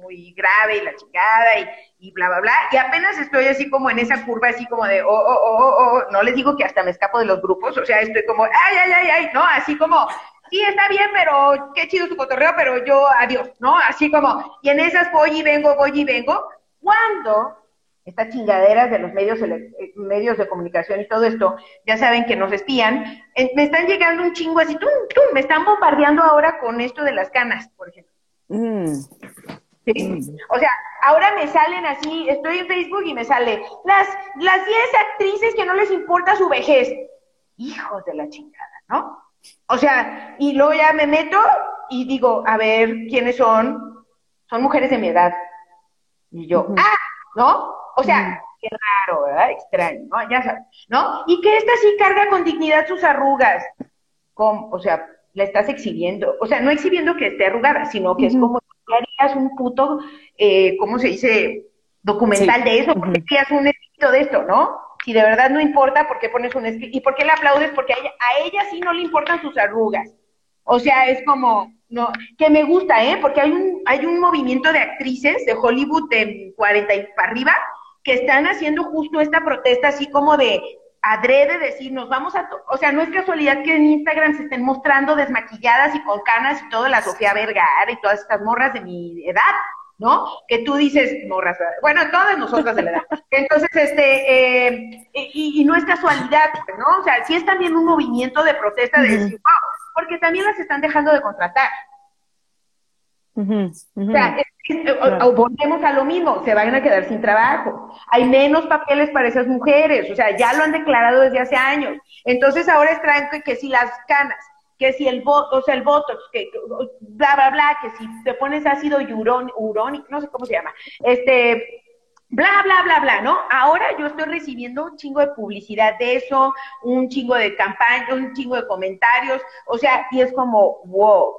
muy grave y la chingada y, y bla, bla, bla, y apenas estoy así como en esa curva, así como de, oh, oh, oh, oh, oh, no les digo que hasta me escapo de los grupos, o sea, estoy como, ay, ay, ay, ay, ¿no? Así como, sí, está bien, pero qué chido su cotorreo, pero yo, adiós, ¿no? Así como, y en esas voy y vengo, voy y vengo, cuando estas chingaderas de los medios, medios de comunicación y todo esto, ya saben que nos espían, eh, me están llegando un chingo así, tum, tum, me están bombardeando ahora con esto de las canas, por ejemplo. Mm. Sí. Mm. O sea, ahora me salen así, estoy en Facebook y me sale, las las diez actrices que no les importa su vejez. Hijos de la chingada, ¿no? O sea, y luego ya me meto y digo, a ver, ¿quiénes son? Son mujeres de mi edad. Y yo, uh-huh. ah, ¿no? O sea, mm. qué raro, ¿verdad? Extraño, ¿no? Ya sabes, ¿no? Y que esta sí carga con dignidad sus arrugas. ¿Cómo? O sea, la estás exhibiendo. O sea, no exhibiendo que esté arrugada, sino que uh-huh. es como que harías un puto, eh, ¿cómo se dice? Documental sí. de eso, porque uh-huh. harías un escrito de esto, ¿no? Si de verdad no importa, ¿por qué pones un escrito? ¿Y por qué le aplaudes? Porque a ella, a ella sí no le importan sus arrugas. O sea, es como, no, que me gusta, ¿eh? Porque hay un, hay un movimiento de actrices de Hollywood de cuarenta y para arriba que están haciendo justo esta protesta así como de adrede decir, nos vamos a... O sea, no es casualidad que en Instagram se estén mostrando desmaquilladas y con canas y todo, la Sofía Vergara y todas estas morras de mi edad, ¿no? Que tú dices, morras, bueno, todas nosotras de la edad. Entonces, este, eh, y, y no es casualidad, ¿no? O sea, sí es también un movimiento de protesta de decir, wow, porque también las están dejando de contratar. Uh-huh, uh-huh. O sea, es, es, o, o volvemos a lo mismo, se van a quedar sin trabajo. Hay menos papeles para esas mujeres, o sea, ya lo han declarado desde hace años. Entonces ahora extraen que, que si las canas, que si el botox, o sea, el botox, que bla, bla, bla, que si te pones ácido hialurónico, no sé cómo se llama, este, bla, bla, bla, bla, ¿no? Ahora yo estoy recibiendo un chingo de publicidad de eso, un chingo de campaña, un chingo de comentarios, o sea, y es como, wow.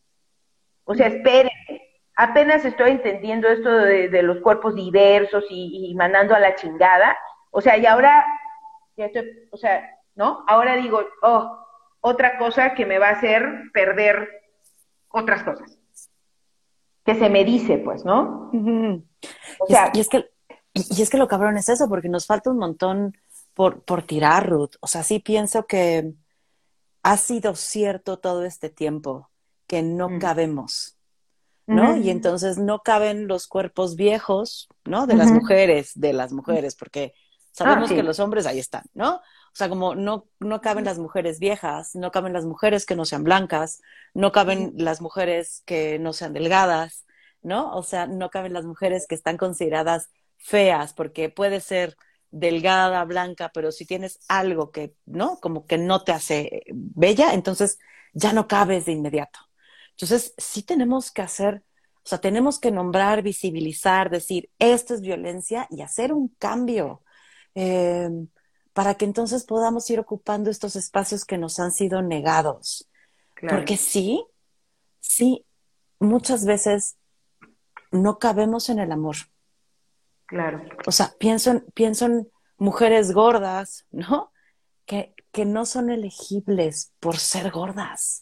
O sea, espérenme, apenas estoy entendiendo esto de, de los cuerpos diversos y, y mandando a la chingada, o sea, y ahora, ya estoy, o sea, ¿no? Ahora digo, oh, otra cosa que me va a hacer perder otras cosas. Que se me dice, pues, ¿no? Uh-huh. O sea, y es, y es que, y es que lo cabrón es eso, porque nos falta un montón por, por tirar, Ruth. O sea, sí pienso que ha sido cierto todo este tiempo que no mm. cabemos, ¿no? Uh-huh. Y entonces no caben los cuerpos viejos, ¿no? De uh-huh. las mujeres, de las mujeres, porque sabemos ah, sí. que los hombres ahí están, ¿no? O sea, como no, no caben las mujeres viejas, no caben las mujeres que no sean blancas, no caben uh-huh. las mujeres que no sean delgadas, ¿no? O sea, no caben las mujeres que están consideradas feas, porque puede ser delgada, blanca, pero si tienes algo que, ¿no? Como que no te hace bella, entonces ya no cabes de inmediato. Entonces, sí tenemos que hacer, o sea, tenemos que nombrar, visibilizar, decir, esto es violencia y hacer un cambio eh, para que entonces podamos ir ocupando estos espacios que nos han sido negados. Claro. Porque sí, sí, muchas veces no cabemos en el amor. Claro. O sea, pienso en, pienso en mujeres gordas, ¿no? Que, que no son elegibles por ser gordas.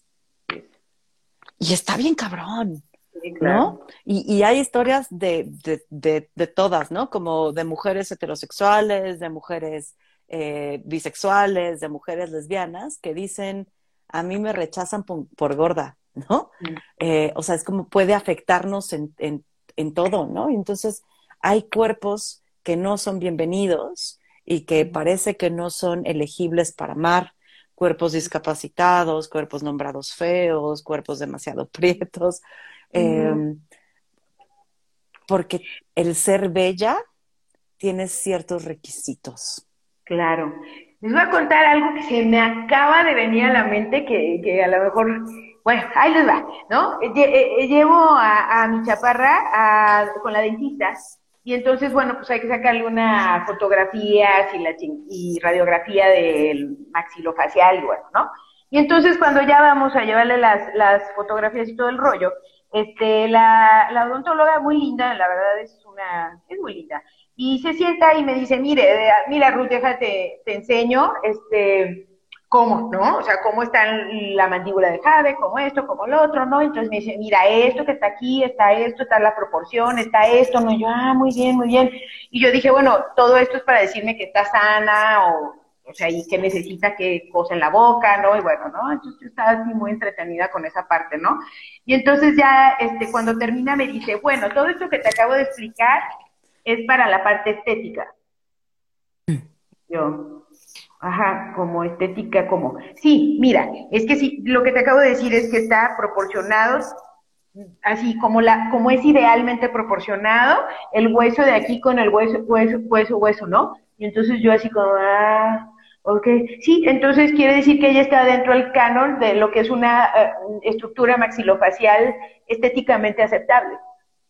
Y está bien cabrón, sí, claro. ¿no? Y, y hay historias de, de, de, de todas, ¿no? Como de mujeres heterosexuales, de mujeres eh, bisexuales, de mujeres lesbianas, que dicen, a mí me rechazan por, por gorda, ¿no? Sí. Eh, o sea, es como puede afectarnos en, en, en todo, ¿no? Y entonces hay cuerpos que no son bienvenidos y que parece que no son elegibles para amar. Cuerpos discapacitados, cuerpos nombrados feos, cuerpos demasiado prietos, uh-huh. eh, porque el ser bella tiene ciertos requisitos. Claro. Les voy a contar algo que se me acaba de venir a la mente, que, que a lo mejor, bueno, ahí les va, ¿no? Llevo a, a mi chaparra a, con la dentista. Y entonces, bueno, pues hay que sacarle una fotografía y, la y radiografía del maxilofacial y bueno, ¿no? Y entonces cuando ya vamos a llevarle las, las fotografías y todo el rollo, este, la, la odontóloga muy linda, la verdad es una, es muy linda, y se sienta y me dice, mire, mira Ruth, déjate, te enseño, este, ¿cómo, no? O sea, ¿cómo está la mandíbula de Jade? ¿Cómo esto? ¿Cómo lo otro? ¿No? Entonces me dice, mira, esto que está aquí, está esto, está la proporción, está esto, ¿no? Y yo, ah, muy bien, muy bien. Y yo dije, bueno, todo esto es para decirme que está sana o, o sea, y que necesita que cosa en la boca, ¿no? Y bueno, ¿no? Entonces yo estaba así muy entretenida con esa parte, ¿no? Y entonces ya, este, cuando termina me dice, bueno, todo esto que te acabo de explicar es para la parte estética. Yo, ajá, como estética, como. Sí, mira, es que sí, lo que te acabo de decir es que está proporcionado, así como la, como es idealmente proporcionado, el hueso de aquí con el hueso, hueso, hueso, hueso, ¿no? Y entonces yo así como, ah, ok, sí, entonces quiere decir que ella está dentro del canon de lo que es una uh, estructura maxilofacial estéticamente aceptable.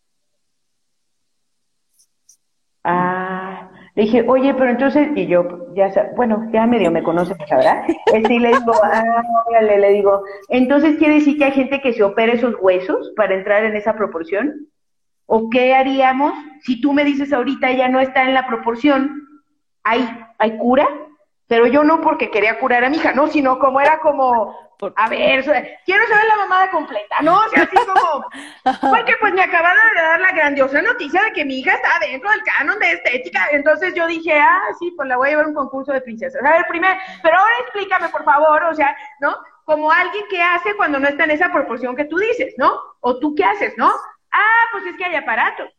Ah, le dije, oye, pero entonces, y yo, ya, bueno, ya medio me conoce, ¿verdad? Este, y le digo, ah, órale, le digo, entonces quiere decir que hay gente que se opera esos huesos para entrar en esa proporción, ¿o qué haríamos si tú me dices ahorita ella no está en la proporción? ¿Hay, hay cura? Pero yo no porque quería curar a mi hija, no, sino como era como, a ver, quiero saber la mamada completa, ¿no? O sea, así como, porque pues me acabaron de dar la grandiosa noticia de que mi hija está dentro del canon de estética, entonces yo dije, ah, sí, pues la voy a llevar a un concurso de princesas. A ver, primero, pero ahora explícame, por favor, o sea, ¿no? Como alguien que hace cuando no está en esa proporción que tú dices, ¿no? O tú qué haces, ¿no? Ah, pues es que hay aparatos.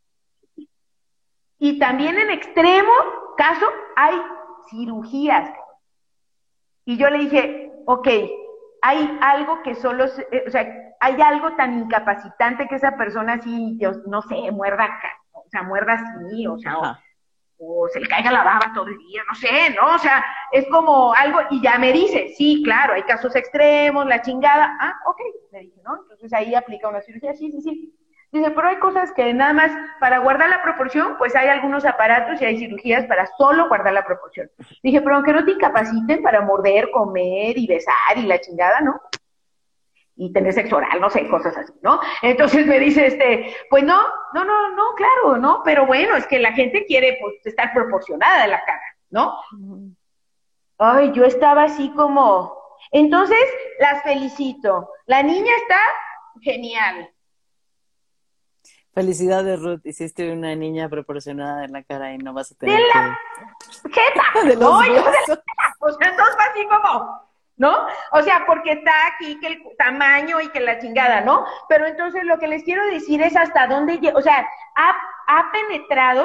Y también en extremo caso hay cirugías. Y yo le dije, ok, hay algo que solo, se, eh, o sea, hay algo tan incapacitante que esa persona así, yo, no sé, muerda, o sea, muerda así, o sea, o, o se le caiga la baba todo el día, no sé, ¿no? O sea, es como algo, y ya me dice, sí, claro, hay casos extremos, la chingada, ah, ok, me dije, ¿no? Entonces ahí aplica una cirugía, sí, sí, sí. Dice, pero hay cosas que nada más para guardar la proporción, pues hay algunos aparatos y hay cirugías para solo guardar la proporción. Dije, pero aunque no te incapaciten para morder, comer y besar y la chingada, ¿no? Y tener sexo oral, no sé, cosas así, ¿no? Entonces me dice, este, pues no, no, no, no, claro, ¿no? Pero bueno, es que la gente quiere, pues, estar proporcionada de la cara, ¿no? Uh-huh. Ay, yo estaba así como, entonces, las felicito. La niña está genial. Felicidades, Ruth. Hiciste una niña proporcionada en la cara y no vas a tener de la que... jeta. De los no, huesos. yo de la... O sea, entonces fue así como, ¿no? O sea, porque está aquí que el tamaño y que la chingada, ¿no? Pero entonces lo que les quiero decir es hasta dónde, o sea, ha, ha penetrado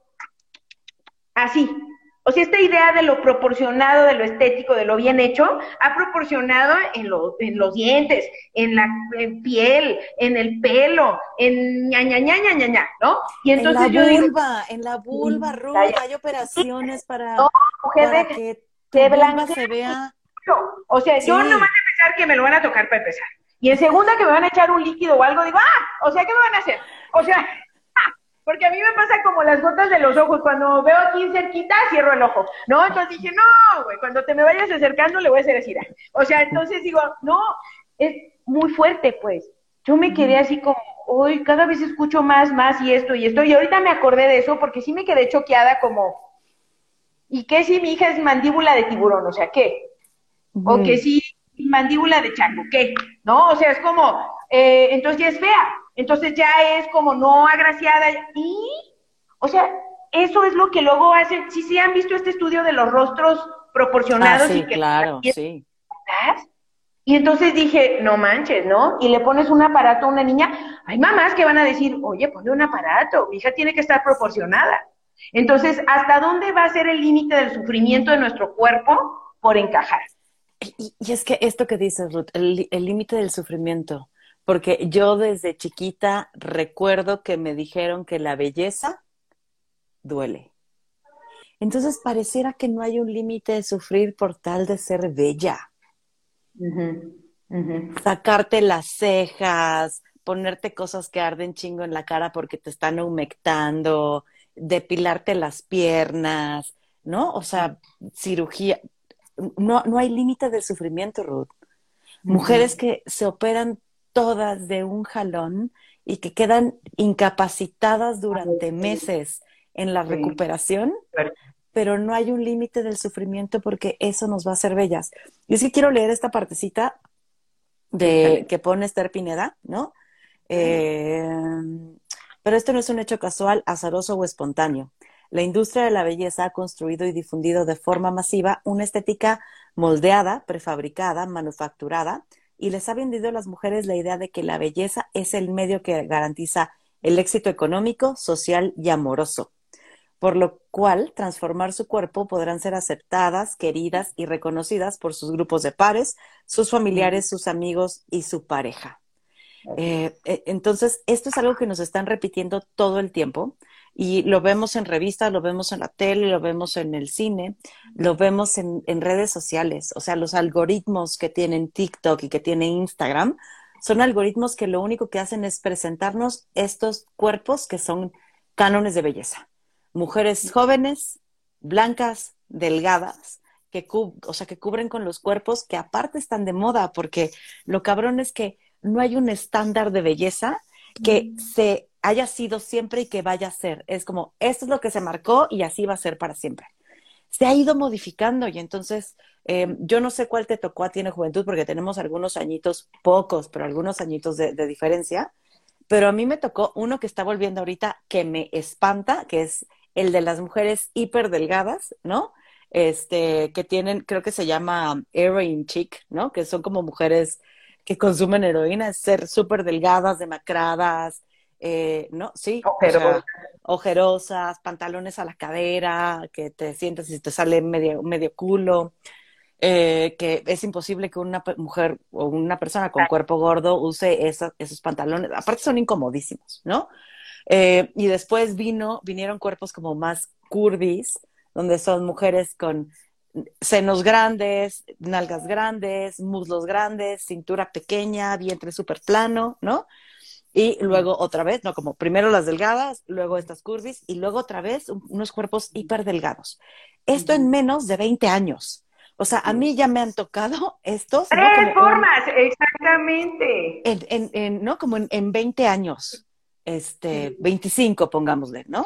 así. O sea, esta idea de lo proporcionado, de lo estético, de lo bien hecho, ha proporcionado en, lo, en los dientes, en la en piel, en el pelo, en ña, ña, ña, ña, ña, ña, ¿no? Y entonces en la yo vulva, digo, en la vulva, Ruth, hay operaciones para, no, mujer, para de, que tu de vulva se vea... O sea, sí. Yo no van a pensar que me lo van a tocar para empezar. Y en segunda que me van a echar un líquido o algo, digo, ah, o sea, ¿qué me van a hacer? O sea... Porque a mí me pasa como las gotas de los ojos, cuando veo aquí cerquita, cierro el ojo, ¿no? Entonces dije, no, güey, cuando te me vayas acercando le voy a hacer así. O sea, entonces digo, no, es muy fuerte, pues. Yo me quedé así como, uy, cada vez escucho más, más y esto y esto, y ahorita me acordé de eso porque sí me quedé choqueada como, ¿y qué si mi hija es mandíbula de tiburón? O sea, ¿qué? Uh-huh. O que sí, mandíbula de chango, ¿qué? ¿No? O sea, es como, eh, entonces ya es fea. Entonces ya es como no agraciada. Y, o sea, eso es lo que luego hacen. Sí, sí, han visto este estudio de los rostros proporcionados. Ah, sí, y que claro, sí. Y entonces dije, no manches, ¿no? Y le pones un aparato a una niña. Hay mamás que van a decir, oye, ponle un aparato, mi hija tiene que estar proporcionada. Entonces, ¿hasta dónde va a ser el límite del sufrimiento de nuestro cuerpo por encajar? Y, y es que esto que dices, Ruth, el límite del sufrimiento. Porque yo desde chiquita recuerdo que me dijeron que la belleza duele. Entonces pareciera que no hay un límite de sufrir por tal de ser bella. Uh-huh. Uh-huh. Sacarte las cejas, ponerte cosas que arden chingo en la cara porque te están humectando, depilarte las piernas, ¿no? O sea, cirugía. No, no hay límite del sufrimiento, Ruth. Uh-huh. Mujeres que se operan todas de un jalón y que quedan incapacitadas durante meses en la recuperación, pero no hay un límite del sufrimiento porque eso nos va a hacer bellas. Y es que quiero leer esta partecita de que pone Esther Pineda, ¿no? Eh, pero esto no es un hecho casual, azaroso o espontáneo. La industria de la belleza ha construido y difundido de forma masiva una estética moldeada, prefabricada, manufacturada, y les ha vendido a las mujeres la idea de que la belleza es el medio que garantiza el éxito económico, social y amoroso, por lo cual transformar su cuerpo podrán ser aceptadas, queridas y reconocidas por sus grupos de pares, sus familiares, sus amigos y su pareja. Eh, eh, entonces, esto es algo que nos están repitiendo todo el tiempo y lo vemos en revistas, lo vemos en la tele, lo vemos en el cine, lo vemos en, en redes sociales. O sea, los algoritmos que tienen TikTok y que tiene Instagram son algoritmos que lo único que hacen es presentarnos estos cuerpos que son cánones de belleza. Mujeres jóvenes, blancas, delgadas, que, o sea, que cubren con los cuerpos que aparte están de moda, porque lo cabrón es que no hay un estándar de belleza que se haya sido siempre y que vaya a ser. Es como, esto es lo que se marcó y así va a ser para siempre. Se ha ido modificando y entonces eh, yo no sé cuál te tocó a ti en la juventud porque tenemos algunos añitos, pocos, pero algunos añitos de, de diferencia, pero a mí me tocó uno que está volviendo ahorita que me espanta, que es el de las mujeres hiper delgadas, ¿no? Este, que tienen, creo que se llama heroin chic, ¿no? Que son como mujeres que consumen heroína, es ser súper delgadas, demacradas, eh, ¿no? Sí, Ojerosa. o sea, ojerosas, pantalones a la cadera, que te sientas y te sale medio, medio culo, eh, que es imposible que una mujer o una persona con cuerpo gordo use esa, esos pantalones, aparte son incomodísimos, ¿no? Eh, y después vino, vinieron cuerpos como más curvis, donde son mujeres con senos grandes, nalgas grandes, muslos grandes, cintura pequeña, vientre súper plano, ¿no? Y luego otra vez, no, como primero las delgadas, luego estas curvis, y luego otra vez un, unos cuerpos hiper delgados. Esto en menos de veinte años. O sea, a mí ya me han tocado estos, Tres ¿no? Como formas, un, exactamente. En, en, en, ¿no? Como en, en veinte años, este, veinticinco, pongámosle, ¿no?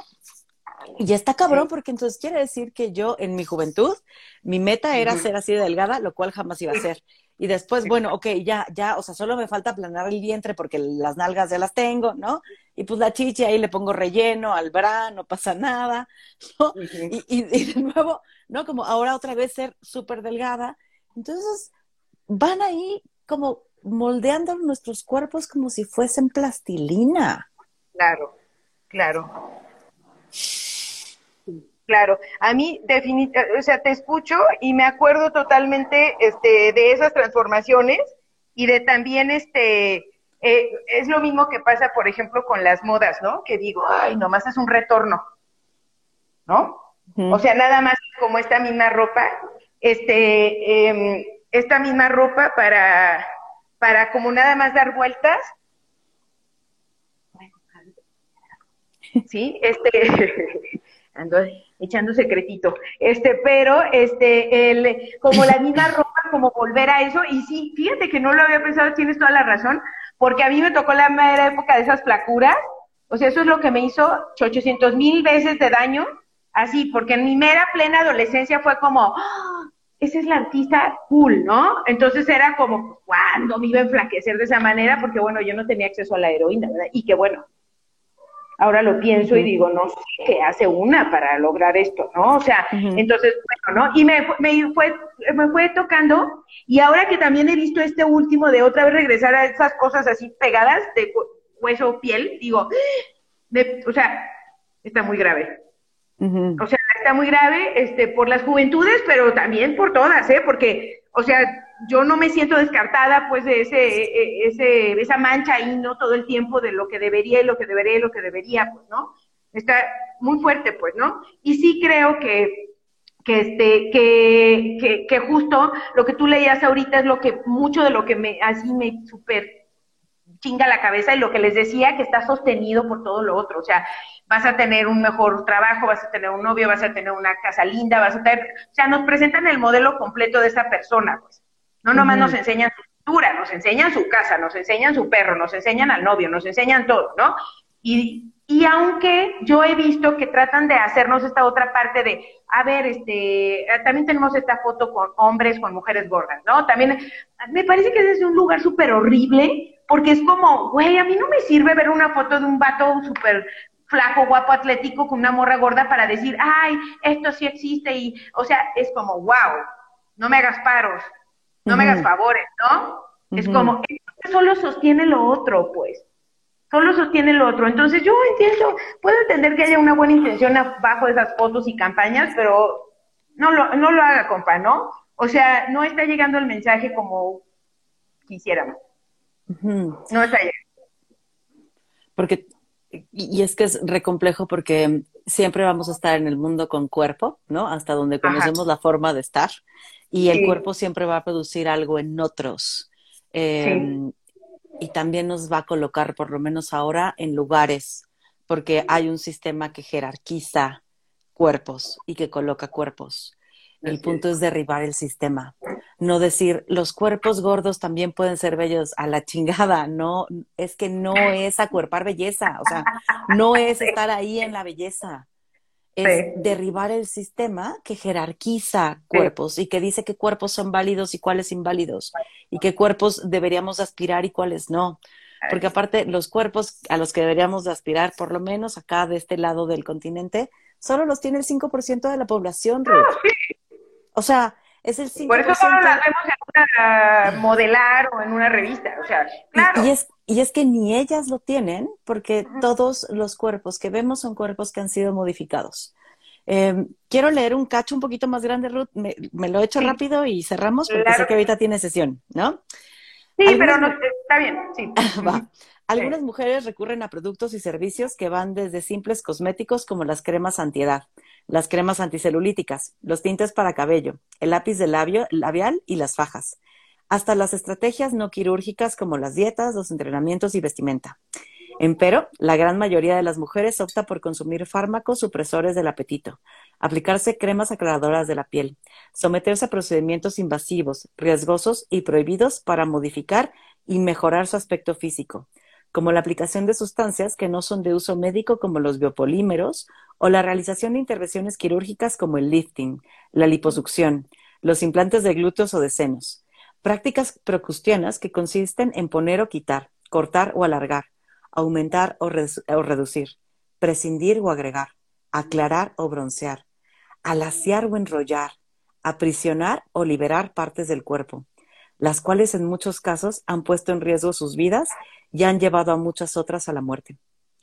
Y ya está cabrón, porque entonces quiere decir que yo en mi juventud, mi meta era ser así de delgada, lo cual jamás iba a ser. Y después, bueno, ok, ya, ya, o sea, solo me falta aplanar el vientre porque las nalgas ya las tengo, ¿no? Y pues la chichi ahí le pongo relleno al bra, no pasa nada, ¿no? Uh-huh. y, y, y de nuevo, ¿no? Como ahora otra vez ser súper delgada. Entonces van ahí como moldeando nuestros cuerpos como si fuesen plastilina. Claro, claro. Claro, a mí definitivamente, o sea, te escucho y me acuerdo totalmente este, de esas transformaciones y de también, este, eh, es lo mismo que pasa, por ejemplo, con las modas, ¿no? Que digo, ay, nomás es un retorno, ¿no? Uh-huh. O sea, nada más como esta misma ropa, este, eh, esta misma ropa para, para como nada más dar vueltas. Sí, este... ando echando secretito, este, pero, este, el, como la misma ropa, como volver a eso, y sí, fíjate que no lo había pensado, tienes toda la razón, porque a mí me tocó la mera época de esas flacuras, o sea, eso es lo que me hizo ochocientos mil veces de daño, así, porque en mi mera plena adolescencia fue como, ¡oh! Esa es la artista cool, ¿no? Entonces era como, ¿cuándo me iba a enflaquecer de esa manera? Porque, bueno, yo no tenía acceso a la heroína, ¿verdad? Y que, bueno, ahora lo pienso y digo, no sé qué hace una para lograr esto, ¿no? O sea, uh-huh. Entonces, bueno, ¿no? Y me, me, fue, me fue tocando, y ahora que también he visto este último de otra vez regresar a esas cosas así pegadas de hueso, piel, digo, de, o sea, está muy grave. Uh-huh. O sea, está muy grave este, por las juventudes, pero también por todas, ¿eh? Porque, o sea, yo no me siento descartada, pues, de ese, ese, esa mancha ahí, ¿no? Todo el tiempo de lo que debería y lo que debería y lo que debería, pues, ¿no? Está muy fuerte, pues, ¿no? Y sí creo que, que este, que, que, que justo lo que tú leías ahorita es lo que, mucho de lo que me, así me súper chinga la cabeza y lo que les decía, que está sostenido por todo lo otro, o sea, vas a tener un mejor trabajo, vas a tener un novio, vas a tener una casa linda, vas a tener, o sea, nos presentan el modelo completo de esa persona, pues. No nomás uh-huh. Nos enseñan su cultura, nos enseñan su casa, nos enseñan su perro, nos enseñan al novio, nos enseñan todo, ¿no? Y Y aunque yo he visto que tratan de hacernos esta otra parte de, a ver, este, también tenemos esta foto con hombres, con mujeres gordas, ¿no? También, me parece que es desde un lugar súper horrible, porque es como, güey, a mí no me sirve ver una foto de un vato súper flaco, guapo, atlético, con una morra gorda para decir, ay, esto sí existe, y, o sea, es como, wow, no me hagas paros, no uh-huh. me hagas favores, ¿no? Uh-huh. Es como, esto solo sostiene lo otro, pues. Solo sostiene lo otro. Entonces yo entiendo, puedo entender que haya una buena intención abajo de esas fotos y campañas, pero no lo, no lo haga, compa, ¿no? O sea, no está llegando el mensaje como quisiéramos. Uh-huh. No está llegando. Porque, y es que es re complejo porque siempre vamos a estar en el mundo con cuerpo, ¿no? Hasta donde conocemos Ajá. la forma de estar. Y el sí. cuerpo siempre va a producir algo en otros. Eh, sí. Y también nos va a colocar, por lo menos ahora, en lugares, porque hay un sistema que jerarquiza cuerpos y que coloca cuerpos. El punto es derribar el sistema. No decir, los cuerpos gordos también pueden ser bellos, a la chingada. No, es que no es acuerpar belleza. O sea, no es estar ahí en la belleza. Es sí. derribar el sistema que jerarquiza cuerpos sí. y que dice qué cuerpos son válidos y cuáles inválidos, y qué cuerpos deberíamos aspirar y cuáles no. Porque aparte, los cuerpos a los que deberíamos aspirar, por lo menos acá de este lado del continente, solo los tiene el cinco por ciento de la población, Ruth. Ah, sí. O sea, es el cinco por ciento. Por eso solo las vemos en una modelar o en una revista, o sea, claro. Y, y, es, y es que ni ellas lo tienen, porque uh-huh. todos los cuerpos que vemos son cuerpos que han sido modificados. Eh, quiero leer un cacho un poquito más grande, Ruth, me, me lo he hecho sí. rápido y cerramos, porque claro. sé que ahorita tiene sesión, ¿no? Sí, Algunas... pero no, está bien, sí. Va. Algunas sí. mujeres recurren a productos y servicios que van desde simples cosméticos como las cremas antiedad, las cremas anticelulíticas, los tintes para cabello, el lápiz de labio, labial y las fajas, hasta las estrategias no quirúrgicas como las dietas, los entrenamientos y vestimenta. Empero, la gran mayoría de las mujeres opta por consumir fármacos supresores del apetito, aplicarse cremas aclaradoras de la piel, someterse a procedimientos invasivos, riesgosos y prohibidos para modificar y mejorar su aspecto físico, como la aplicación de sustancias que no son de uso médico como los biopolímeros o la realización de intervenciones quirúrgicas como el lifting, la liposucción, los implantes de glúteos o de senos. Prácticas procustianas que consisten en poner o quitar, cortar o alargar, aumentar o, re- o reducir, prescindir o agregar, aclarar o broncear, alaciar o enrollar, aprisionar o liberar partes del cuerpo, las cuales en muchos casos han puesto en riesgo sus vidas y han llevado a muchas otras a la muerte.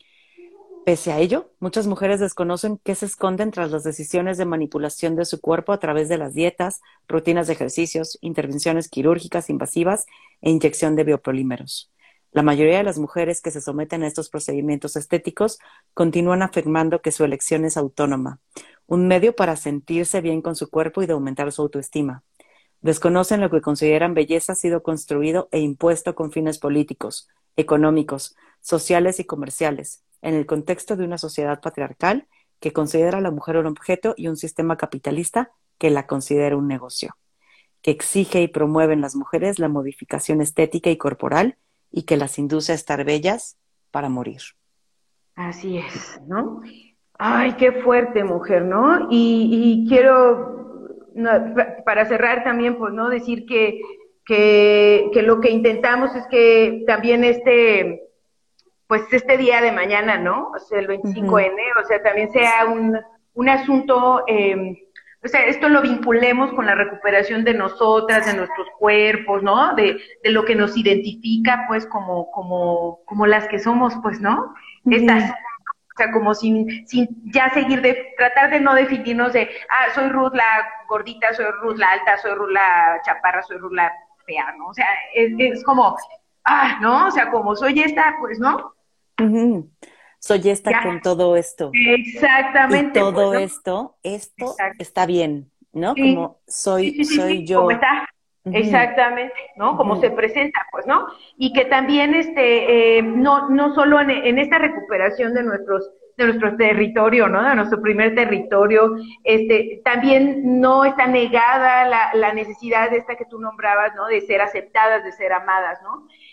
Pese a ello, muchas mujeres desconocen qué se esconden tras las decisiones de manipulación de su cuerpo a través de las dietas, rutinas de ejercicios, intervenciones quirúrgicas invasivas e inyección de biopolímeros. La mayoría de las mujeres que se someten a estos procedimientos estéticos continúan afirmando que su elección es autónoma, un medio para sentirse bien con su cuerpo y de aumentar su autoestima. Desconocen lo que consideran belleza ha sido construido e impuesto con fines políticos, económicos, sociales y comerciales, en el contexto de una sociedad patriarcal que considera a la mujer un objeto y un sistema capitalista que la considera un negocio, que exige y promueve en las mujeres la modificación estética y corporal y que las induce a estar bellas para morir. Así es, ¿no? Ay, qué fuerte, mujer, ¿no? Y, y quiero, no, para cerrar también, pues, ¿no? Decir que, que, que lo que intentamos es que también este, pues, este día de mañana, ¿no? O sea, el veinticinco ene, uh-huh. o sea, también sea un, un asunto... Eh, O sea, esto lo vinculemos con la recuperación de nosotras, de nuestros cuerpos, ¿no? De, de lo que nos identifica, pues, como, como, como las que somos, pues, ¿no? Uh-huh. Estas, o sea, como sin, sin ya seguir de, tratar de no definirnos de, ah, soy Ruth la gordita, soy Ruth la alta, soy Ruth la chaparra, soy Ruth la fea, ¿no? O sea, es, es como, ah, ¿no? O sea, como soy esta, pues, ¿no? Uh-huh. Soy esta ya. Con todo esto. Exactamente. Y todo pues, ¿no? esto, esto Exacto. Está bien, ¿no? Sí. Como soy, sí, sí, sí, soy sí. yo. Como está. Uh-huh. Exactamente, ¿no? Como uh-huh. se presenta, pues, ¿no? Y que también, este, eh, no, no solo en, en esta recuperación de nuestros, de nuestro territorio, ¿no? De nuestro primer territorio, este, también no está negada la, la necesidad de esta que tú nombrabas, ¿no? De ser aceptadas, de ser amadas, ¿no?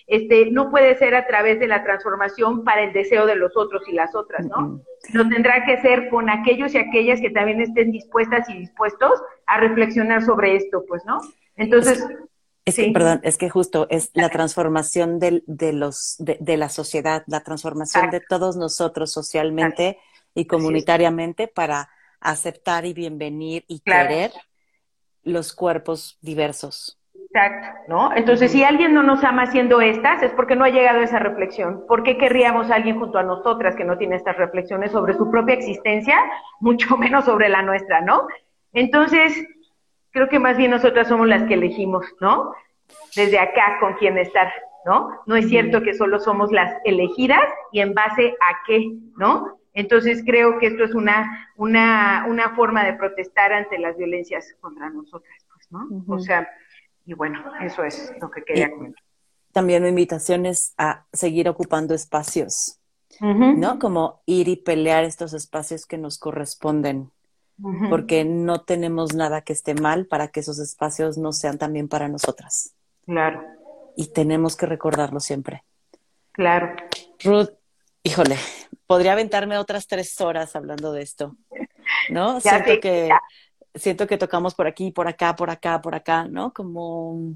este, no puede ser a través de la transformación para el deseo de los otros y las otras, ¿no? Lo tendrá que ser con aquellos y aquellas que también estén dispuestas y dispuestos a reflexionar sobre esto, pues, ¿no? Entonces... Es que, sí. perdón, es que justo es la transformación del, de, los, de, de la sociedad, la transformación Exacto. de todos nosotros socialmente Exacto. y comunitariamente para aceptar y bienvenir y claro. querer los cuerpos diversos. Exacto, ¿no? Entonces, uh-huh. si alguien no nos ama haciendo estas, es porque no ha llegado a esa reflexión. ¿Por qué querríamos a alguien junto a nosotras que no tiene estas reflexiones sobre su propia existencia, mucho menos sobre la nuestra, ¿no? Entonces... creo que más bien nosotras somos las que elegimos, ¿no? Desde acá con quién estar, ¿no? No es cierto que solo somos las elegidas y en base a qué, ¿no? Entonces creo que esto es una, una, una forma de protestar ante las violencias contra nosotras, pues, ¿no? Uh-huh. O sea, y bueno, eso es lo que quería comentar. También mi invitación es a seguir ocupando espacios, uh-huh. ¿no? Como ir y pelear estos espacios que nos corresponden. Uh-huh. Porque no tenemos nada que esté mal para que esos espacios no sean también para nosotras. Claro. Y tenemos que recordarlo siempre. Claro. Ruth, híjole, podría aventarme otras tres horas hablando de esto, ¿no? Ya siento sé, que ya. siento que tocamos por aquí, por acá, por acá, por acá, ¿no? Como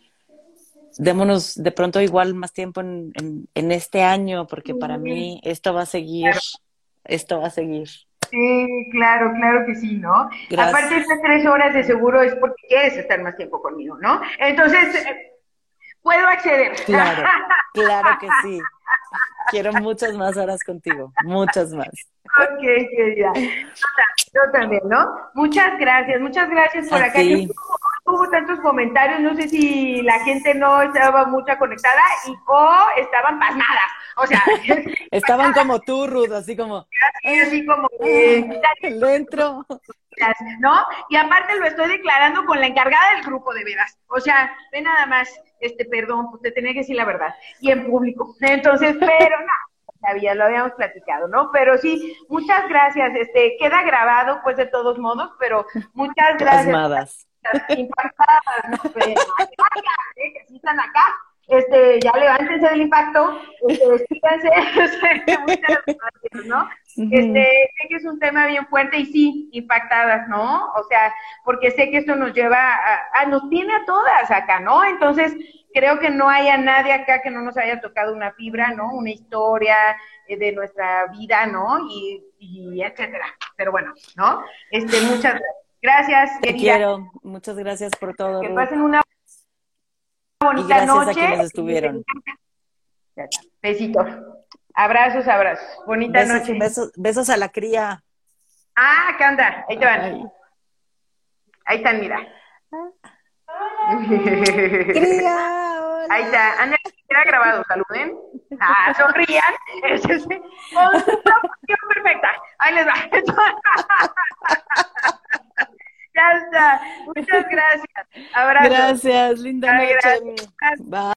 démonos de pronto igual más tiempo en, en, en este año, porque para uh-huh. mí esto va a seguir, claro. esto va a seguir. Sí, claro, claro que sí, ¿no? Gracias. Aparte estas tres horas de seguro es porque quieres estar más tiempo conmigo, ¿no? Entonces, puedo acceder. Claro, claro que sí. Quiero muchas más horas contigo, muchas más. Ok, querida. Yo también, ¿no? Muchas gracias, muchas gracias por acá. Sí. Hubo tantos comentarios, no sé si la gente no estaba mucha conectada y o estaban pasmadas, o sea... estaban como tú, Ruth, así como... Así, así como... Eh, dentro. ¿No? Y aparte lo estoy declarando con la encargada del grupo, de veras. O sea, ve nada más, este, perdón, pues te tenía que decir la verdad, y en público. Entonces, pero no, sabía, lo habíamos platicado, ¿no? Pero sí, muchas gracias, este, queda grabado, pues, de todos modos, pero muchas gracias. Pasmadas. Impactadas, ¿no? Pero, ¿eh? Que sí están acá, este, ya levántense del impacto, este, despídanse, muchas gracias, ¿no? Uh-huh. Este, sé que es un tema bien fuerte y sí, impactadas, ¿no? O sea, porque sé que esto nos lleva a, a, nos tiene a todas acá, ¿no? Entonces, creo que no haya nadie acá que no nos haya tocado una fibra, ¿no? Una historia eh, de nuestra vida, ¿no? Y, y etcétera. Pero bueno, ¿no? Este, muchas gracias. Gracias, Te querida. quiero. Muchas gracias por todo, Que Ruth. pasen una bonita y gracias noche. A quienes estuvieron. Besitos. Abrazos, abrazos. Bonita besos, noche. Besos, besos a la cría. Ah, ¿qué onda? Ahí te van. Ay. Ahí están, mira. Cría, hola. Ahí está. Anda, queda grabado. Saluden. Ah, sonrían. Ese es perfecta. Ahí les va. Ya está. Muchas gracias. Abrazos. Gracias. Linda noche. Bye.